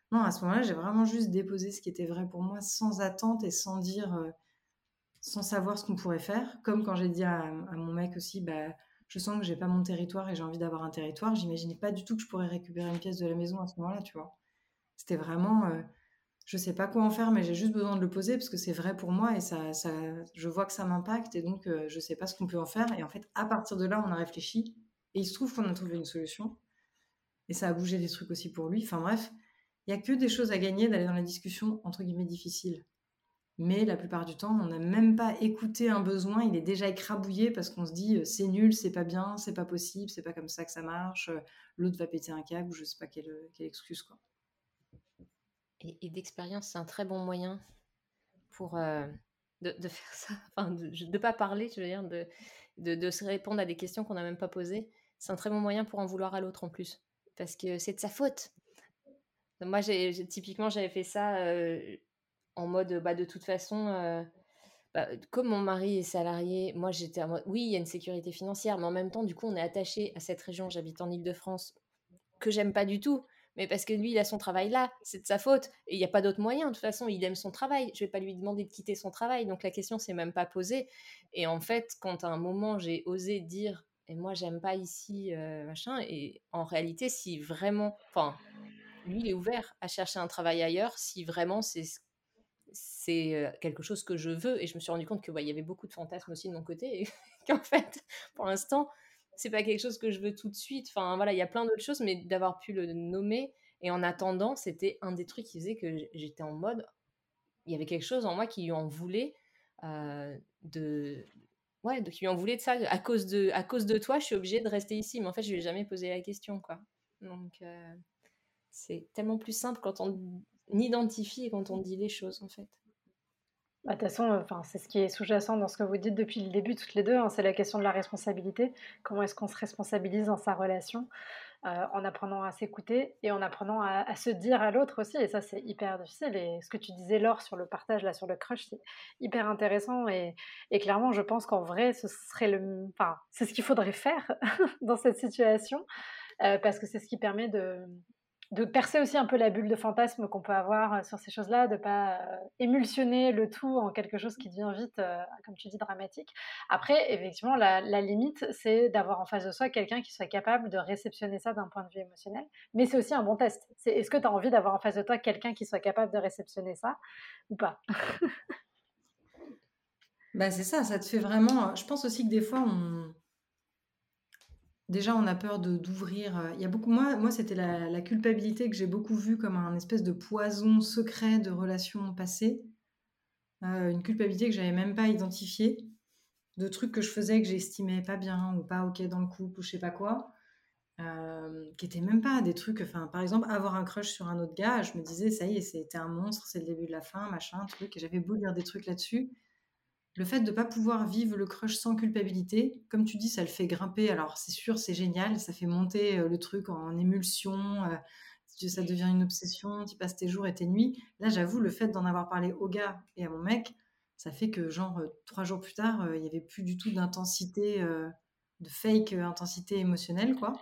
S4: Non, à ce moment-là, j'ai vraiment juste déposé ce qui était vrai pour moi, sans attente et sans dire, euh, sans savoir ce qu'on pourrait faire. Comme quand j'ai dit à, à mon mec aussi, bah, je sens que j'ai pas mon territoire et j'ai envie d'avoir un territoire. J'imaginais pas du tout que je pourrais récupérer une pièce de la maison à ce moment-là, tu vois. C'était vraiment, euh, je sais pas quoi en faire, mais j'ai juste besoin de le poser parce que c'est vrai pour moi et ça, ça, je vois que ça m'impacte et donc euh, je sais pas ce qu'on peut en faire. Et en fait, à partir de là, on a réfléchi et il se trouve qu'on a trouvé une solution. Et ça a bougé des trucs aussi pour lui. Enfin bref, il n'y a que des choses à gagner d'aller dans la discussion, entre guillemets, difficile. Mais la plupart du temps, on n'a même pas écouté un besoin, il est déjà écrabouillé parce qu'on se dit euh, c'est nul, c'est pas bien, c'est pas possible, c'est pas comme ça que ça marche, euh, l'autre va péter un câble ou je sais pas quelle, quelle excuse quoi.
S6: Et, et d'expérience, c'est un très bon moyen pour euh, de, de faire ça, enfin de ne pas parler, je veux dire, de, de, de se répondre à des questions qu'on n'a même pas posées. C'est un très bon moyen pour en vouloir à l'autre en plus, parce que c'est de sa faute. Moi, j'ai, j'ai- typiquement, j'avais fait ça euh, en mode, bah, de toute façon, euh, bah, comme mon mari est salarié, moi j'étais en mode, oui, il y a une sécurité financière, mais en même temps, du coup, on est attaché à cette région. J'habite en Île-de-France, que j'aime pas du tout, mais parce que lui, il a son travail là, c'est de sa faute. Et il n'y a pas d'autre moyen. De toute façon, il aime son travail. Je vais pas lui demander de quitter son travail. Donc la question s'est même pas posée. Et en fait, quand à un moment, j'ai osé dire, et moi, j'aime pas ici, euh, machin, et en réalité, si vraiment, enfin, lui, il est ouvert à chercher un travail ailleurs, si vraiment c'est c'est euh, quelque chose que je veux. Et je me suis rendu compte que bah, il y avait beaucoup de fantasmes aussi de mon côté, et qu'en fait, pour l'instant, c'est pas quelque chose que je veux tout de suite. Enfin voilà, il y a plein d'autres choses, mais d'avoir pu le nommer. Et en attendant, c'était un des trucs qui faisait que j'étais en mode, il y avait quelque chose en moi qui lui en voulait euh, de, ouais, de, qui lui en voulait de ça. À cause de, à cause de toi, je suis obligée de rester ici. Mais en fait, je lui ai jamais posé la question, quoi. Donc euh, c'est tellement plus simple quand on identifie et quand on dit les choses, en fait.
S3: Bah, de toute façon, heu, enfin, c'est ce qui est sous-jacent dans ce que vous dites depuis le début toutes les deux, hein, c'est la question de la responsabilité. Comment est-ce qu'on se responsabilise dans sa relation? Heu, en apprenant à s'écouter et en apprenant à à se dire à l'autre aussi et ça, c'est hyper difficile et ce que tu disais Laure sur le partage, là, sur le crush, c'est hyper intéressant et et clairement, je pense qu'en vrai, ce serait le m enfin, c'est ce qu'il faudrait faire dans cette situation, heu, parce que c'est ce qui permet de de percer aussi un peu la bulle de fantasme qu'on peut avoir, heu, sur ces choses-là, de pas, heu, émulsionner le tout en quelque chose qui devient vite, heu, comme tu dis, dramatique. Après, effectivement, la la limite, c'est d'avoir en face de soi quelqu'un qui soit capable de réceptionner ça d'un point de vue émotionnel. Mais c'est aussi un bon test. C'est est-ce que tu as envie d'avoir en face de toi quelqu'un qui soit capable de réceptionner ça ou pas?
S4: Bah c'est ça, ça te fait vraiment. Je pense aussi que des fois on déjà on a peur de d'ouvrir. euh, Il y a beaucoup moi moi c'était la, la culpabilité que j'ai beaucoup vue comme un espèce de poison secret de relations passées. Euh, une culpabilité que j'avais même pas identifiée, de trucs que je faisais que j'estimais pas bien ou pas ok dans le couple ou je sais pas quoi, euh, qui étaient même pas des trucs, enfin par exemple avoir un crush sur un autre gars, je me disais ça y est c'était un monstre, c'est le début de la fin, machin, truc, et j'avais beau lire des trucs là-dessus. Le fait de ne pas pouvoir vivre le crush sans culpabilité, comme tu dis, ça le fait grimper. Alors c'est sûr, c'est génial, ça fait monter euh, le truc en émulsion, euh, ça devient une obsession, tu passes tes jours et tes nuits. Là, j'avoue, le fait d'en avoir parlé au gars et à mon mec, ça fait que genre euh, trois jours plus tard, euh, il n'y avait plus du tout d'intensité, euh, de fake euh, intensité émotionnelle, quoi.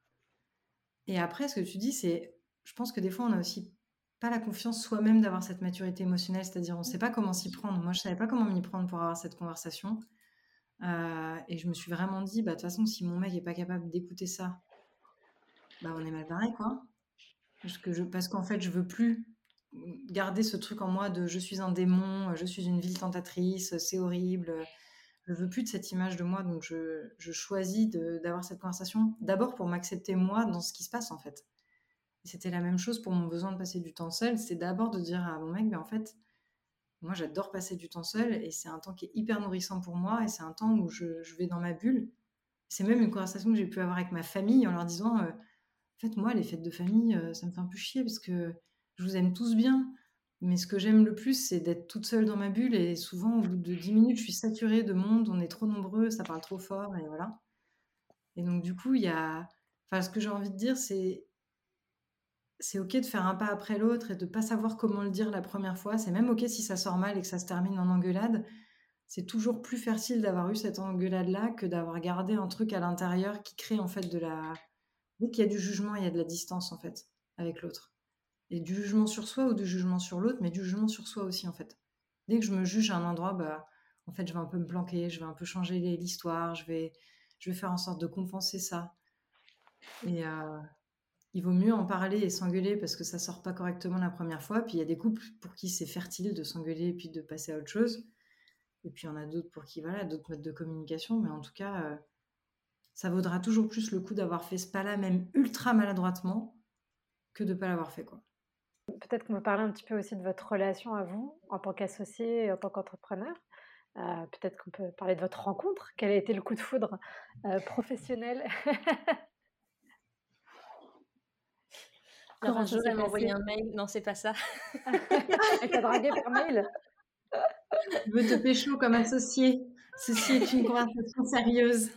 S4: Et après, ce que tu dis, c'est, je pense que des fois, on a aussi pas la confiance soi-même d'avoir cette maturité émotionnelle, c'est-à-dire on ne sait pas comment s'y prendre. Moi, je savais pas comment m'y prendre pour avoir cette conversation. Euh, et je me suis vraiment dit, bah, de toute façon, si mon mec est pas capable d'écouter ça, bah, on est mal barré, quoi. Parce que je, parce qu'en fait, je veux plus garder ce truc en moi de je suis un démon, je suis une ville tentatrice, c'est horrible. Je veux plus de cette image de moi, donc je, je choisis de- d'avoir cette conversation d'abord pour m'accepter moi dans ce qui se passe, en fait. Et c'était la même chose pour mon besoin de passer du temps seul. C'est d'abord de dire à mon mec, mais en fait, moi, j'adore passer du temps seul et c'est un temps qui est hyper nourrissant pour moi et c'est un temps où je, je vais dans ma bulle. C'est même une conversation que j'ai pu avoir avec ma famille en leur disant, euh, en fait, moi, les fêtes de famille, euh, ça me fait un peu chier parce que je vous aime tous bien. Mais ce que j'aime le plus, c'est d'être toute seule dans ma bulle et souvent, au bout de dix minutes, je suis saturée de monde, on est trop nombreux, ça parle trop fort et voilà. Et donc, du coup, il y a... Enfin, ce que j'ai envie de dire, c'est c'est ok de faire un pas après l'autre et de pas savoir comment le dire la première fois. C'est même ok si ça sort mal et que ça se termine en engueulade. C'est toujours plus fertile d'avoir eu cette engueulade-là que d'avoir gardé un truc à l'intérieur qui crée en fait de la... Dès qu'il y a du jugement, il y a de la distance en fait avec l'autre. Et du jugement sur soi ou du jugement sur l'autre, mais du jugement sur soi aussi, en fait. Dès que je me juge à un endroit, bah, en fait, je vais un peu me planquer, je vais un peu changer les- l'histoire, je vais, je vais faire en sorte de compenser ça. Et euh, il vaut mieux en parler et s'engueuler parce que ça sort pas correctement la première fois. Puis il y a des couples pour qui c'est fertile de s'engueuler et puis de passer à autre chose. Et puis il y en a d'autres pour qui, voilà, d'autres modes de communication. Mais en tout cas, euh, ça vaudra toujours plus le coup d'avoir fait ce pas-là, même ultra maladroitement, que de pas l'avoir fait, quoi.
S3: Peut-être qu'on peut parler un petit peu aussi de votre relation à vous, en tant qu'associé et en tant qu'entrepreneur. Euh, peut-être qu'on peut parler de votre rencontre. Quel a été le coup de foudre euh, professionnel?
S6: Laura
S3: Comment ça
S6: Jo,
S3: s'est
S6: elle m'a envoyé
S3: passé?
S6: un mail. Non, c'est pas ça.
S3: Elle t'a dragué par mail?
S4: Je veux te pécho comme associé. Ceci est une conversation sérieuse.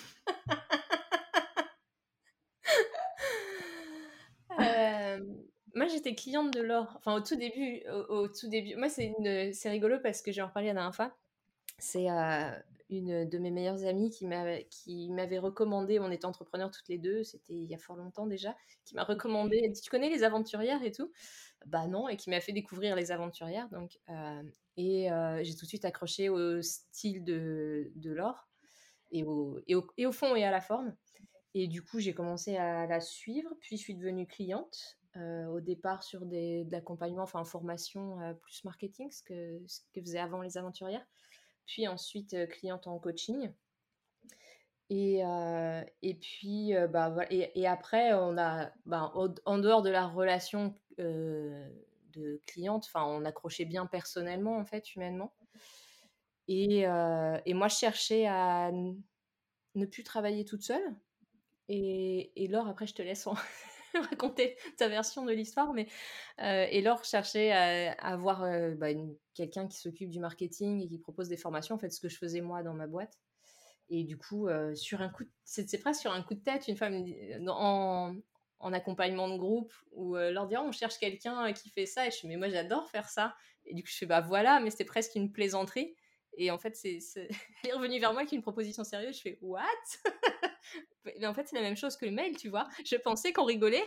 S6: Euh, moi, j'étais cliente de Laure. Enfin, au tout début, au, au tout début. Moi, c'est une, c'est rigolo parce que j'ai en reparlé la dernière fois. C'est euh, une de mes meilleures amies qui m'avait, qui m'avait recommandé, on était entrepreneurs toutes les deux, c'était il y a fort longtemps déjà, qui m'a recommandé, elle dit, tu connais les aventurières et tout? Bah non, et qui m'a fait découvrir les aventurières. Donc, euh, et euh, j'ai tout de suite accroché au style de, de Laure, et au, et, au, et au fond et à la forme. Et du coup, j'ai commencé à la suivre, puis je suis devenue cliente. Euh, au départ sur des, de l'accompagnement, enfin formation euh, plus marketing, ce que, ce que faisaient avant les aventurières. Puis ensuite euh, cliente en coaching. Et, euh, et puis, euh, bah, voilà. et, et après, on a, bah, au, en dehors de la relation euh, de cliente, on accrochait bien personnellement, en fait, humainement. Et, euh, et moi, je cherchais à n- ne plus travailler toute seule. Et, et Laure, après, je te laisse en raconter ta version de l'histoire. Mais, euh, et Laure cherchait à, à avoir euh, bah, une- quelqu'un qui s'occupe du marketing et qui propose des formations, en fait, ce que je faisais moi dans ma boîte. Et du coup, euh, sur un coup de... c'est, c'est presque sur un coup de tête, une femme en, en accompagnement de groupe, où euh, leur dit, oh, on cherche quelqu'un qui fait ça. Et je fais, mais moi, j'adore faire ça. Et du coup, je fais, bah voilà, mais c'était presque une plaisanterie. Et en fait, c'est, c'est... elle est revenue vers moi avec une proposition sérieuse. Je fais, what? Mais en fait, c'est la même chose que le mail, tu vois. Je pensais qu'on rigolait.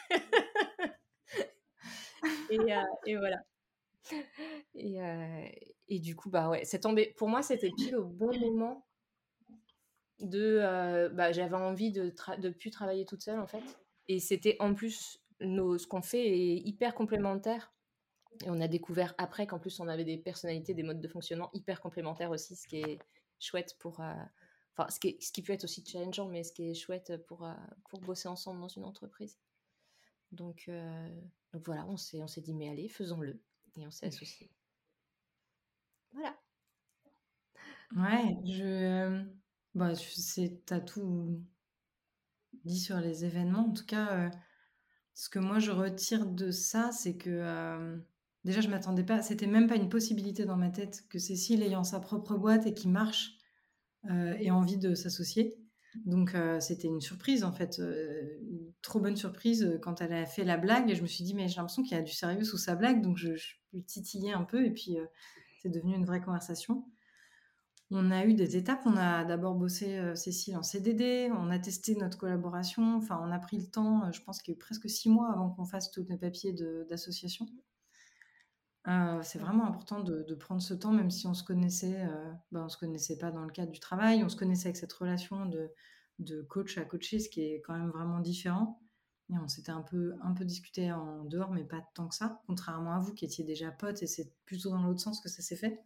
S6: et, euh, et voilà. Et, euh, et du coup, bah ouais, c'est tombé. Pour moi, c'était pile au bon moment de. Euh, bah, j'avais envie de tra- de plus travailler toute seule, en fait. Et c'était en plus, nos, ce qu'on fait est hyper complémentaire. Et on a découvert après qu'en plus, on avait des personnalités, des modes de fonctionnement hyper complémentaires aussi, ce qui est chouette pour. Euh, Enfin, ce qui, est, ce qui peut être aussi challengeant, mais ce qui est chouette pour, euh, pour bosser ensemble dans une entreprise. Donc, euh, donc voilà, on s'est, on s'est dit, mais allez, faisons-le. Et on s'est associés. Voilà.
S4: Ouais, je. Bah, tu sais, t'as tout dit sur les événements. En tout cas, euh, ce que moi je retire de ça, c'est que euh, déjà, je m'attendais pas. C'était même pas une possibilité dans ma tête que Cécile, ayant sa propre boîte et qui marche, euh, ait envie de s'associer. Donc, euh, c'était une surprise en fait, euh, une trop bonne surprise euh, quand elle a fait la blague. Et je me suis dit, mais j'ai l'impression qu'il y a du sérieux sous sa blague. Donc, je, je lui titillais un peu et puis euh, c'est devenu une vraie conversation. On a eu des étapes. On a d'abord bossé, euh, Cécile, en C D D. On a testé notre collaboration. Enfin, on a pris le temps. euh, Je pense qu'il y a eu presque six mois avant qu'on fasse tous les papiers de- d'association. Euh, c'est vraiment important de, de prendre ce temps, même si on se connaissait, euh, ben, on se connaissait pas dans le cadre du travail. On se connaissait avec cette relation de, de coach à coaché, ce qui est quand même vraiment différent. Et on s'était un peu, un peu discuté en dehors, mais pas tant que ça, contrairement à vous qui étiez déjà potes, et c'est plutôt dans l'autre sens que ça s'est fait.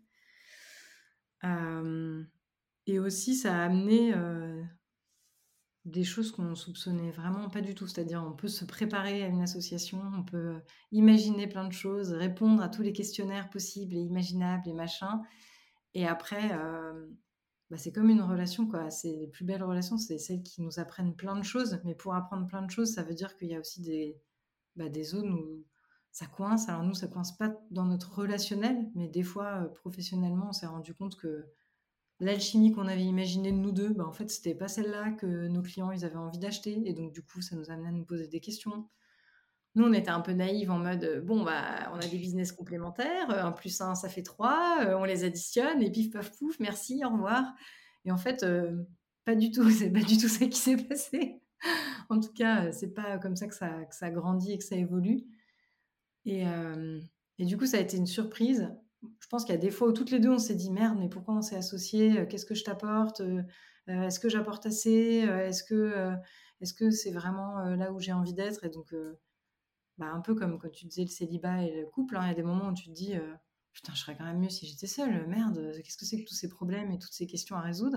S4: Euh, et aussi, ça a amené euh, des choses qu'on soupçonnait vraiment pas du tout. C'est-à-dire, on peut se préparer à une association, on peut imaginer plein de choses, répondre à tous les questionnaires possibles et imaginables et machin. Et après, euh, bah, c'est comme une relation, quoi. C'est les plus belles relations, c'est celles qui nous apprennent plein de choses. Mais pour apprendre plein de choses, ça veut dire qu'il y a aussi des, bah, des zones où ça coince. Alors nous, ça coince pas dans notre relationnel, mais des fois, euh, professionnellement, on s'est rendu compte que l'alchimie qu'on avait imaginée de nous deux, bah, en fait, c'était pas celle-là que nos clients ils avaient envie d'acheter. Et donc, du coup, ça nous amenait à nous poser des questions. Nous, on était un peu naïfs en mode, euh, bon, bah, on a des business complémentaires, euh, un plus un, ça fait trois, euh, on les additionne, et pif, paf, pouf, merci, au revoir. Et en fait, euh, pas du tout, c'est pas du tout ça qui s'est passé. En tout cas, euh, c'est pas comme ça que ça, que ça grandit et que ça évolue. Et, euh, et du coup, ça a été une surprise. Je pense qu'il y a des fois où toutes les deux, on s'est dit merde, mais pourquoi on s'est associés? Qu'est-ce que je t'apporte? Euh, Est-ce que j'apporte assez? Euh, Est-ce que euh, est-ce que c'est vraiment euh, là où j'ai envie d'être? Et donc, euh, bah, un peu comme quand tu disais le célibat et le couple, hein, il y a des moments où tu te dis euh, putain, je serais quand même mieux si j'étais seule. Merde, qu'est-ce que c'est que tous ces problèmes et toutes ces questions à résoudre?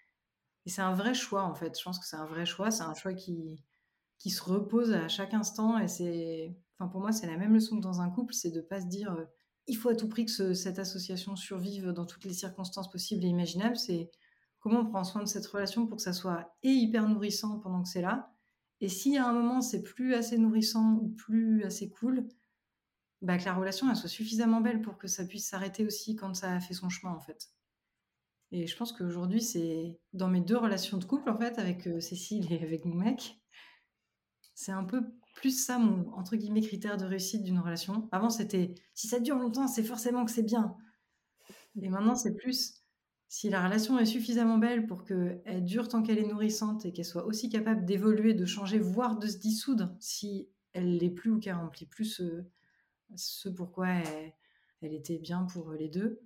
S4: Et c'est un vrai choix, en fait. Je pense que c'est un vrai choix. C'est un choix qui, qui se repose à chaque instant. Et c'est, enfin, pour moi, c'est la même leçon que dans un couple, c'est de pas se dire euh, il faut à tout prix que ce- cette association survive dans toutes les circonstances possibles et imaginables. C'est comment on prend soin de cette relation pour que ça soit et hyper nourrissant pendant que c'est là. Et si à un moment c'est plus assez nourrissant ou plus assez cool, bah, que la relation elle soit suffisamment belle pour que ça puisse s'arrêter aussi quand ça a fait son chemin, en fait. Et je pense qu'aujourd'hui, c'est dans mes deux relations de couple, en fait, avec euh, Cécile et avec mon mec, c'est un peu plus ça mon, entre guillemets, critère de réussite d'une relation. Avant, c'était si ça dure longtemps, c'est forcément que c'est bien. Et maintenant, c'est plus si la relation est suffisamment belle pour qu'elle dure tant qu'elle est nourrissante et qu'elle soit aussi capable d'évoluer, de changer, voire de se dissoudre si elle l'est plus ou qu'elle remplit plus ce, ce pourquoi elle, elle était bien pour les deux.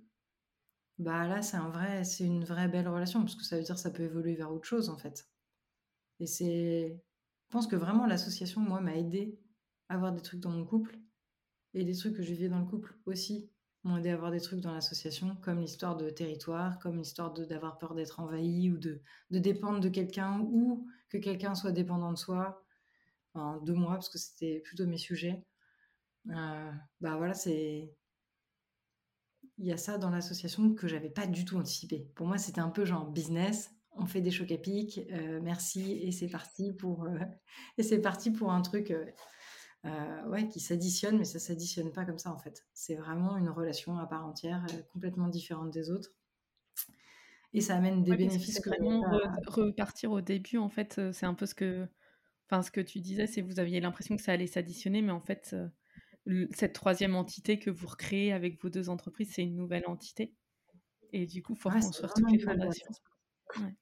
S4: Bah là, c'est un vrai, c'est une vraie belle relation parce que ça veut dire que ça peut évoluer vers autre chose, en fait. Et c'est, je pense que vraiment l'association, moi, m'a aidé à avoir des trucs dans mon couple et des trucs que je vivais dans le couple aussi m'ont aidé à avoir des trucs dans l'association, comme l'histoire de territoire, comme l'histoire de d'avoir peur d'être envahi ou de, de dépendre de quelqu'un ou que quelqu'un soit dépendant de soi, enfin, de moi, parce que c'était plutôt mes sujets. Euh, bah voilà, c'est il y a ça dans l'association que j'avais pas du tout anticipé. Pour moi, c'était un peu genre business. On fait des chocs à pic, euh, merci et c'est parti pour euh, et c'est parti pour un truc euh, euh, ouais qui s'additionne, mais ça s'additionne pas comme ça en fait. C'est vraiment une relation à part entière, euh, complètement différente des autres, et ça amène des
S5: Ouais, parce que
S4: bénéfices
S5: c'est
S4: que
S5: vraiment
S4: j'avais
S5: re-
S4: pas.
S5: repartir au début, en fait, euh, c'est un peu ce que, enfin, ce que tu disais, c'est que vous aviez l'impression que ça allait s'additionner, mais en fait, euh, le- cette troisième entité que vous recréez avec vos deux entreprises, c'est une nouvelle entité. Et du coup, il faut
S4: Ouais, c'est
S5: reconstruire toutes
S4: vraiment
S5: les
S4: une nouvelle
S5: fondations.
S4: relation.
S5: Ouais.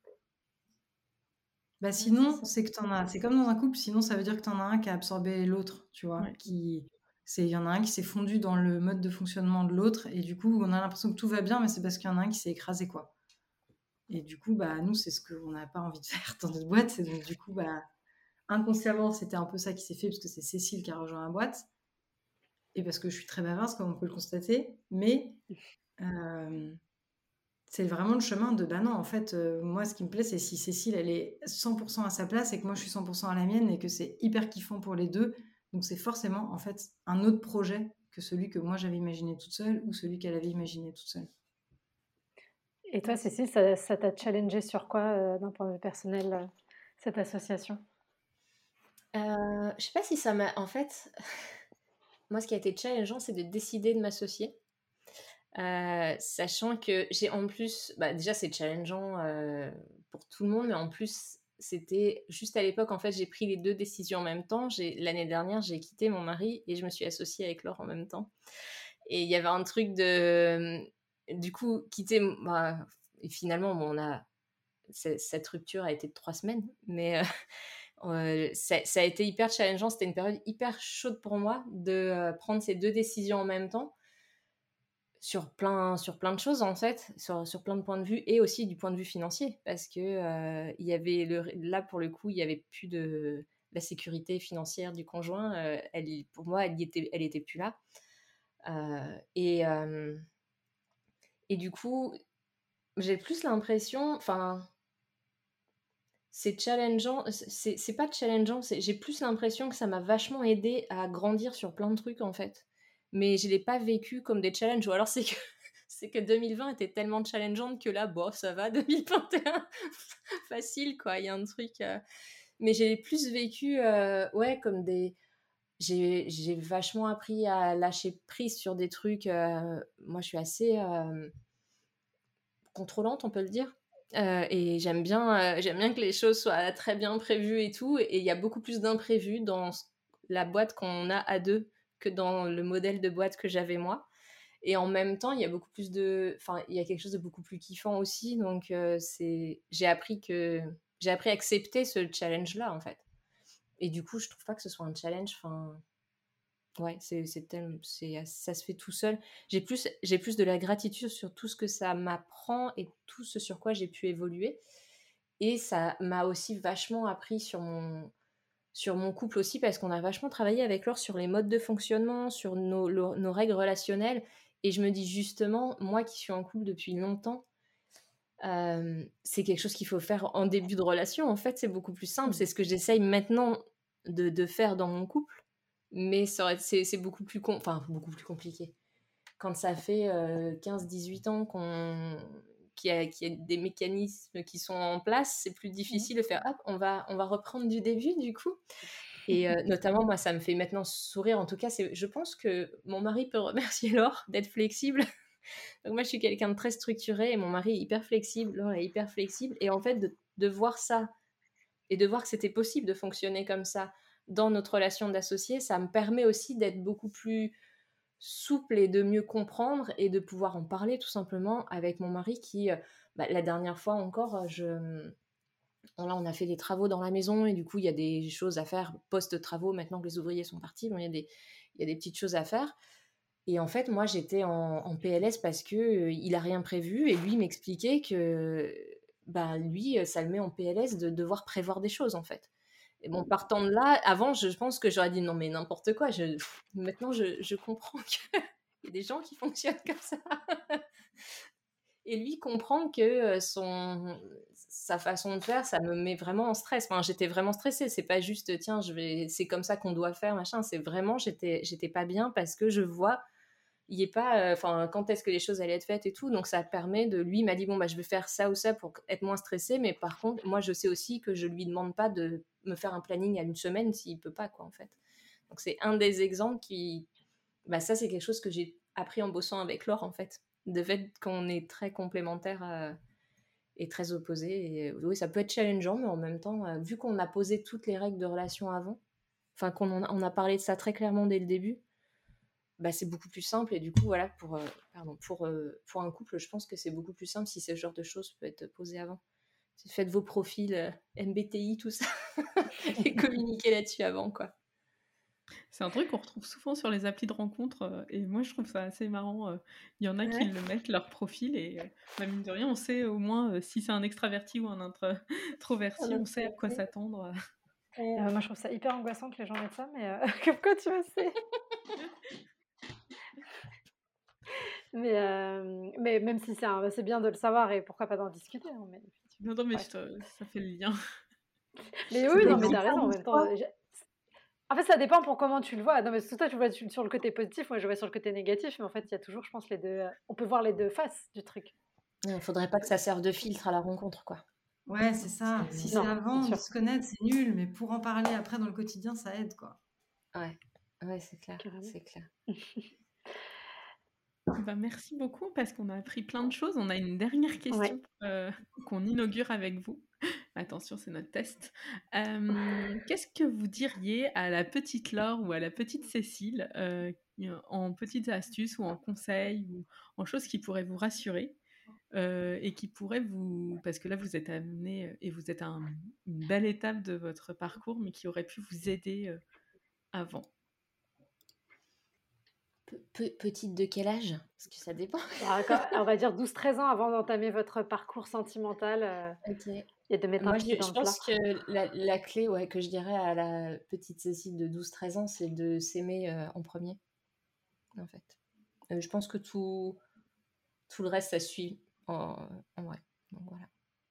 S4: Bah
S6: Ouais, c'est
S4: sinon,
S6: ça.
S4: c'est que t'en as, c'est comme dans un couple, sinon ça veut dire que t'en as un qui a absorbé l'autre, tu vois,
S5: Ouais.
S4: qui, c'est, il y en a un qui s'est fondu dans le mode de fonctionnement de l'autre, et du coup, on a l'impression que tout va bien, mais c'est parce qu'il y en a un qui s'est écrasé, quoi. Et du coup, bah, nous, c'est ce qu'on n'a pas envie de faire dans notre boîte, et donc du coup, bah, inconsciemment, c'était un peu ça qui s'est fait, parce que c'est Cécile qui a rejoint la boîte, et parce que je suis très bavarde, comme on peut le constater, mais euh, c'est vraiment le chemin de, bah non, en fait, euh, moi, ce qui me plaît, c'est si Cécile, elle est cent pour cent à sa place et que moi, je suis cent pour cent à la mienne et que c'est hyper kiffant pour les deux. Donc, c'est forcément, en fait, un autre projet que celui que moi, j'avais imaginé toute seule ou celui qu'elle avait imaginé toute seule.
S3: Et toi, Cécile, ça, ça t'a challengé sur quoi, euh, d'un point de vue personnel, euh, cette association?
S6: Euh, je sais pas si ça m'a. En fait, moi, ce qui a été challengeant, c'est de décider de m'associer. Euh, sachant que j'ai en plus. Bah, déjà, c'est challengeant euh, pour tout le monde, mais en plus, c'était juste à l'époque, en fait, j'ai pris les deux décisions en même temps. J'ai, l'année dernière, j'ai quitté mon mari et je me suis associée avec Laure en même temps. Et il y avait un truc de. Du coup, quitter. Bah, et finalement, bon, on a. Cette rupture a été de trois semaines, mais. Euh, Euh, ça, ça a été hyper challengeant, c'était une période hyper chaude pour moi de euh, prendre ces deux décisions en même temps sur plein, sur plein de choses en fait, sur, sur plein de points de vue et aussi du point de vue financier parce que euh, il y avait le, là pour le coup il y avait plus de la sécurité financière du conjoint, euh, elle, pour moi elle y était, elle était plus là euh, et, euh, et du coup j'ai plus l'impression, enfin c'est challengeant, c'est, c'est pas challengeant, c'est, j'ai plus l'impression que ça m'a vachement aidé à grandir sur plein de trucs en fait. Mais je l'ai pas vécu comme des challenges, ou alors c'est que, c'est que deux mille vingt était tellement challengeante que là, bon, ça va, deux mille vingt et un, facile quoi, il y a un truc. Euh... Mais j'ai plus vécu, euh, ouais, comme des. J'ai, j'ai vachement appris à lâcher prise sur des trucs. Euh... Moi, je suis assez euh... contrôlante, on peut le dire. Euh, et j'aime bien, euh, j'aime bien que les choses soient très bien prévues et tout. Et il y a beaucoup plus d'imprévus dans la boîte qu'on a à deux que dans le modèle de boîte que j'avais moi. Et en même temps, il y a beaucoup plus de, enfin, il y a quelque chose de beaucoup plus kiffant aussi. Donc, euh, c'est, j'ai appris que, j'ai appris à accepter ce challenge-là en fait. Et du coup, je trouve pas que ce soit un challenge. Enfin, ouais, c'est, c'est tel- c'est, ça se fait tout seul. J'ai plus, j'ai plus de la gratitude sur tout ce que ça m'apprend et tout ce sur quoi j'ai pu évoluer. Et ça m'a aussi vachement appris sur mon, sur mon couple aussi, parce qu'on a vachement travaillé avec Laure sur les modes de fonctionnement, sur nos, lo- nos règles relationnelles. Et je me dis justement, moi qui suis en couple depuis longtemps, euh, c'est quelque chose qu'il faut faire en début de relation. En fait, c'est beaucoup plus simple. C'est ce que j'essaye maintenant de, de faire dans mon couple. Mais ça aurait- c'est, c'est beaucoup plus, com- enfin, beaucoup plus compliqué. Quand ça fait euh, quinze dix-huit ans qu'on, qu'il y a, qu'il y a des mécanismes qui sont en place, c'est plus difficile de faire, hop, on va, on va reprendre du début, du coup. Et euh, notamment, moi, ça me fait maintenant sourire. En tout cas, c'est, je pense que mon mari peut remercier Laure d'être flexible. Donc moi, je suis quelqu'un de très structuré et mon mari est hyper flexible, Laure est hyper flexible. Et en fait, de, de voir ça et de voir que c'était possible de fonctionner comme ça dans notre relation d'associés, ça me permet aussi d'être beaucoup plus souple et de mieux comprendre et de pouvoir en parler tout simplement avec mon mari qui, euh, bah, la dernière fois encore, je... là on a fait des travaux dans la maison et du coup il y a des choses à faire post-travaux maintenant que les ouvriers sont partis, bon, il y a des, il y a des petites choses à faire. Et en fait, moi, j'étais en, en P L S parce que euh, il a rien prévu et lui m'expliquait que bah, lui, euh, ça le met en P L S de devoir prévoir des choses, en fait. Et bon, partant de là, avant, je pense que j'aurais dit non, mais n'importe quoi. Je, pff, maintenant, je, je comprends qu'il y a des gens qui fonctionnent comme ça. Et lui comprendre que euh, son, sa façon de faire, ça me met vraiment en stress. Enfin, j'étais vraiment stressée. C'est pas juste, tiens, je vais, c'est comme ça qu'on doit faire, machin. C'est vraiment, j'étais, j'étais pas bien parce que je vois, il y est pas, enfin, euh, quand est-ce que les choses allaient être faites et tout. Donc, ça permet de, lui, il m'a dit, bon, bah, je vais faire ça ou ça pour être moins stressée. Mais par contre, moi, je sais aussi que je lui demande pas de me faire un planning à une semaine s'il peut pas, quoi, en fait. Donc, c'est un des exemples qui, bah, ça, c'est quelque chose que j'ai appris en bossant avec Laure, en fait. De fait qu'on est très complémentaires euh, et très opposés. Et, euh, oui, ça peut être challengeant, mais en même temps, euh, vu qu'on a posé toutes les règles de relation avant, enfin qu'on en a, on a parlé de ça très clairement dès le début, bah, c'est beaucoup plus simple. Et du coup, voilà, pour, euh, pardon, pour, euh, pour un couple, je pense que c'est beaucoup plus simple si ce genre de choses peut être posé avant. Faites vos profils euh, M B T I, tout ça, et communiquez là-dessus avant, quoi.
S5: C'est un truc qu'on retrouve souvent sur les applis de rencontres euh, et moi je trouve ça assez marrant. euh. Il y en a qui
S3: Ouais.
S5: le mettent leur profil et euh, bah, mine de rien on sait au moins euh, si c'est un extraverti ou un introverti, on sait à quoi s'attendre.
S3: Euh, moi, je trouve ça hyper angoissant que les gens mettent ça, mais euh, comme quoi tu le sais. mais, euh, mais même si c'est, un- c'est bien de le savoir et pourquoi pas d'en discuter. hein, mais
S5: Non, non mais
S3: Ouais.
S5: je te- ça fait le lien.
S3: mais oui, non, mais
S4: dépend
S3: t'as raison. En
S4: de
S3: même temps,
S4: toi.
S3: j'ai- en fait, ça dépend pour comment tu le vois. Non, mais toi, tu vois sur le côté positif, moi, je vois sur le côté négatif. Mais en fait, il y a toujours, je pense, les deux. On peut voir les deux faces du truc.
S6: Il faudrait pas que ça serve de filtre à la rencontre, quoi.
S4: Ouais, c'est ça. Si c'est
S3: Non,
S4: avant
S3: bien
S4: de
S3: sûr.
S4: se connaître, c'est nul, mais pour en parler après dans le quotidien, ça aide, quoi.
S6: Ouais, ouais, c'est clair,
S3: Carrément.
S6: c'est clair.
S5: Bah, merci beaucoup parce qu'on a appris plein de choses. On a une dernière question
S3: Ouais.
S5: euh, qu'on inaugure avec vous. Attention, c'est notre test. Euh, qu'est-ce que vous diriez à la petite Laure ou à la petite Cécile euh, en petites astuces ou en conseils ou en choses qui pourraient vous rassurer euh, et qui pourraient vous... Parce que là, vous êtes amené et vous êtes à un- une belle étape de votre parcours, mais qui aurait pu vous aider euh, avant.
S6: Pe- petite de quel âge? Parce que ça dépend.
S3: Alors, quand- on va dire douze treize ans avant d'entamer votre parcours sentimental euh,
S6: Ok.
S3: et de mettre un
S6: Moi, je,
S3: pied dans
S6: je
S3: le plat.
S6: pense que la, la clé, ouais, que je dirais à la petite Cécile de douze treize ans, c'est de s'aimer euh, en premier, en fait. Euh, je pense que tout, tout le reste, ça suit en, en vrai. Donc voilà.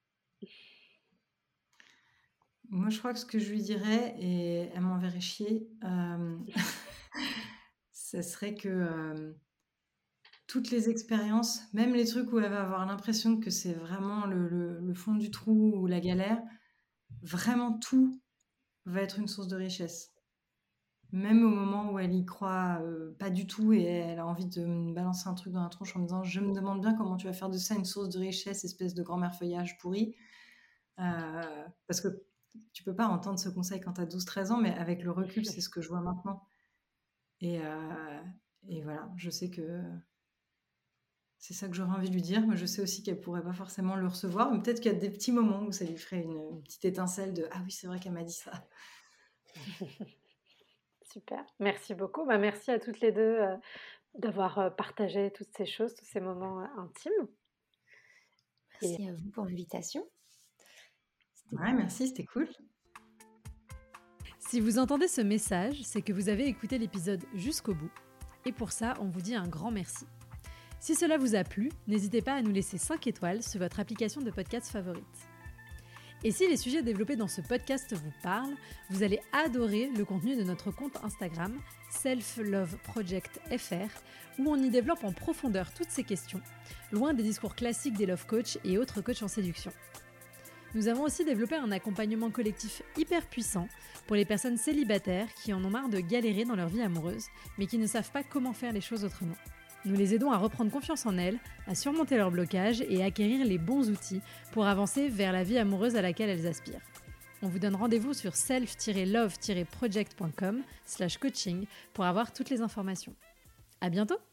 S4: Moi, je crois que ce que je lui dirais, et elle m'enverrait chier, euh, ce serait que euh, toutes les expériences, même les trucs où elle va avoir l'impression que c'est vraiment le, le- le fond du trou ou la galère, vraiment tout va être une source de richesse. Même au moment où elle y croit euh, pas du tout et elle a envie de me balancer un truc dans la tronche en me disant je me demande bien comment tu vas faire de ça une source de richesse, espèce de grand-mère feuillage pourri. Euh, parce que tu peux pas entendre ce conseil quand tu as douze treize ans, mais avec le recul, c'est ce que je vois maintenant. Et, euh, et voilà, je sais que c'est ça que j'aurais envie de lui dire, mais je sais aussi qu'elle pourrait pas forcément le recevoir, mais peut-être qu'il y a des petits moments où ça lui ferait une, une petite étincelle de ah oui, c'est vrai qu'elle m'a dit ça.
S3: Super. Merci beaucoup. Bah, merci à toutes les deux euh, d'avoir euh, partagé toutes ces choses, tous ces moments euh, intimes.
S6: Merci à vous pour l'invitation. C'était
S4: Ouais, merci, c'était cool.
S2: Si vous entendez ce message, c'est que vous avez écouté l'épisode jusqu'au bout. Et pour ça, on vous dit un grand merci. Si cela vous a plu, n'hésitez pas à nous laisser cinq étoiles sur votre application de podcast favorite. Et si les sujets développés dans ce podcast vous parlent, vous allez adorer le contenu de notre compte Instagram Self Love Project F R, où on y développe en profondeur toutes ces questions, loin des discours classiques des love coachs et autres coachs en séduction. Nous avons aussi développé un accompagnement collectif hyper puissant pour les personnes célibataires qui en ont marre de galérer dans leur vie amoureuse, mais qui ne savent pas comment faire les choses autrement. Nous les aidons à reprendre confiance en elles, à surmonter leurs blocages et à acquérir les bons outils pour avancer vers la vie amoureuse à laquelle elles aspirent. On vous donne rendez-vous sur self love project point com slash coaching pour avoir toutes les informations. À bientôt!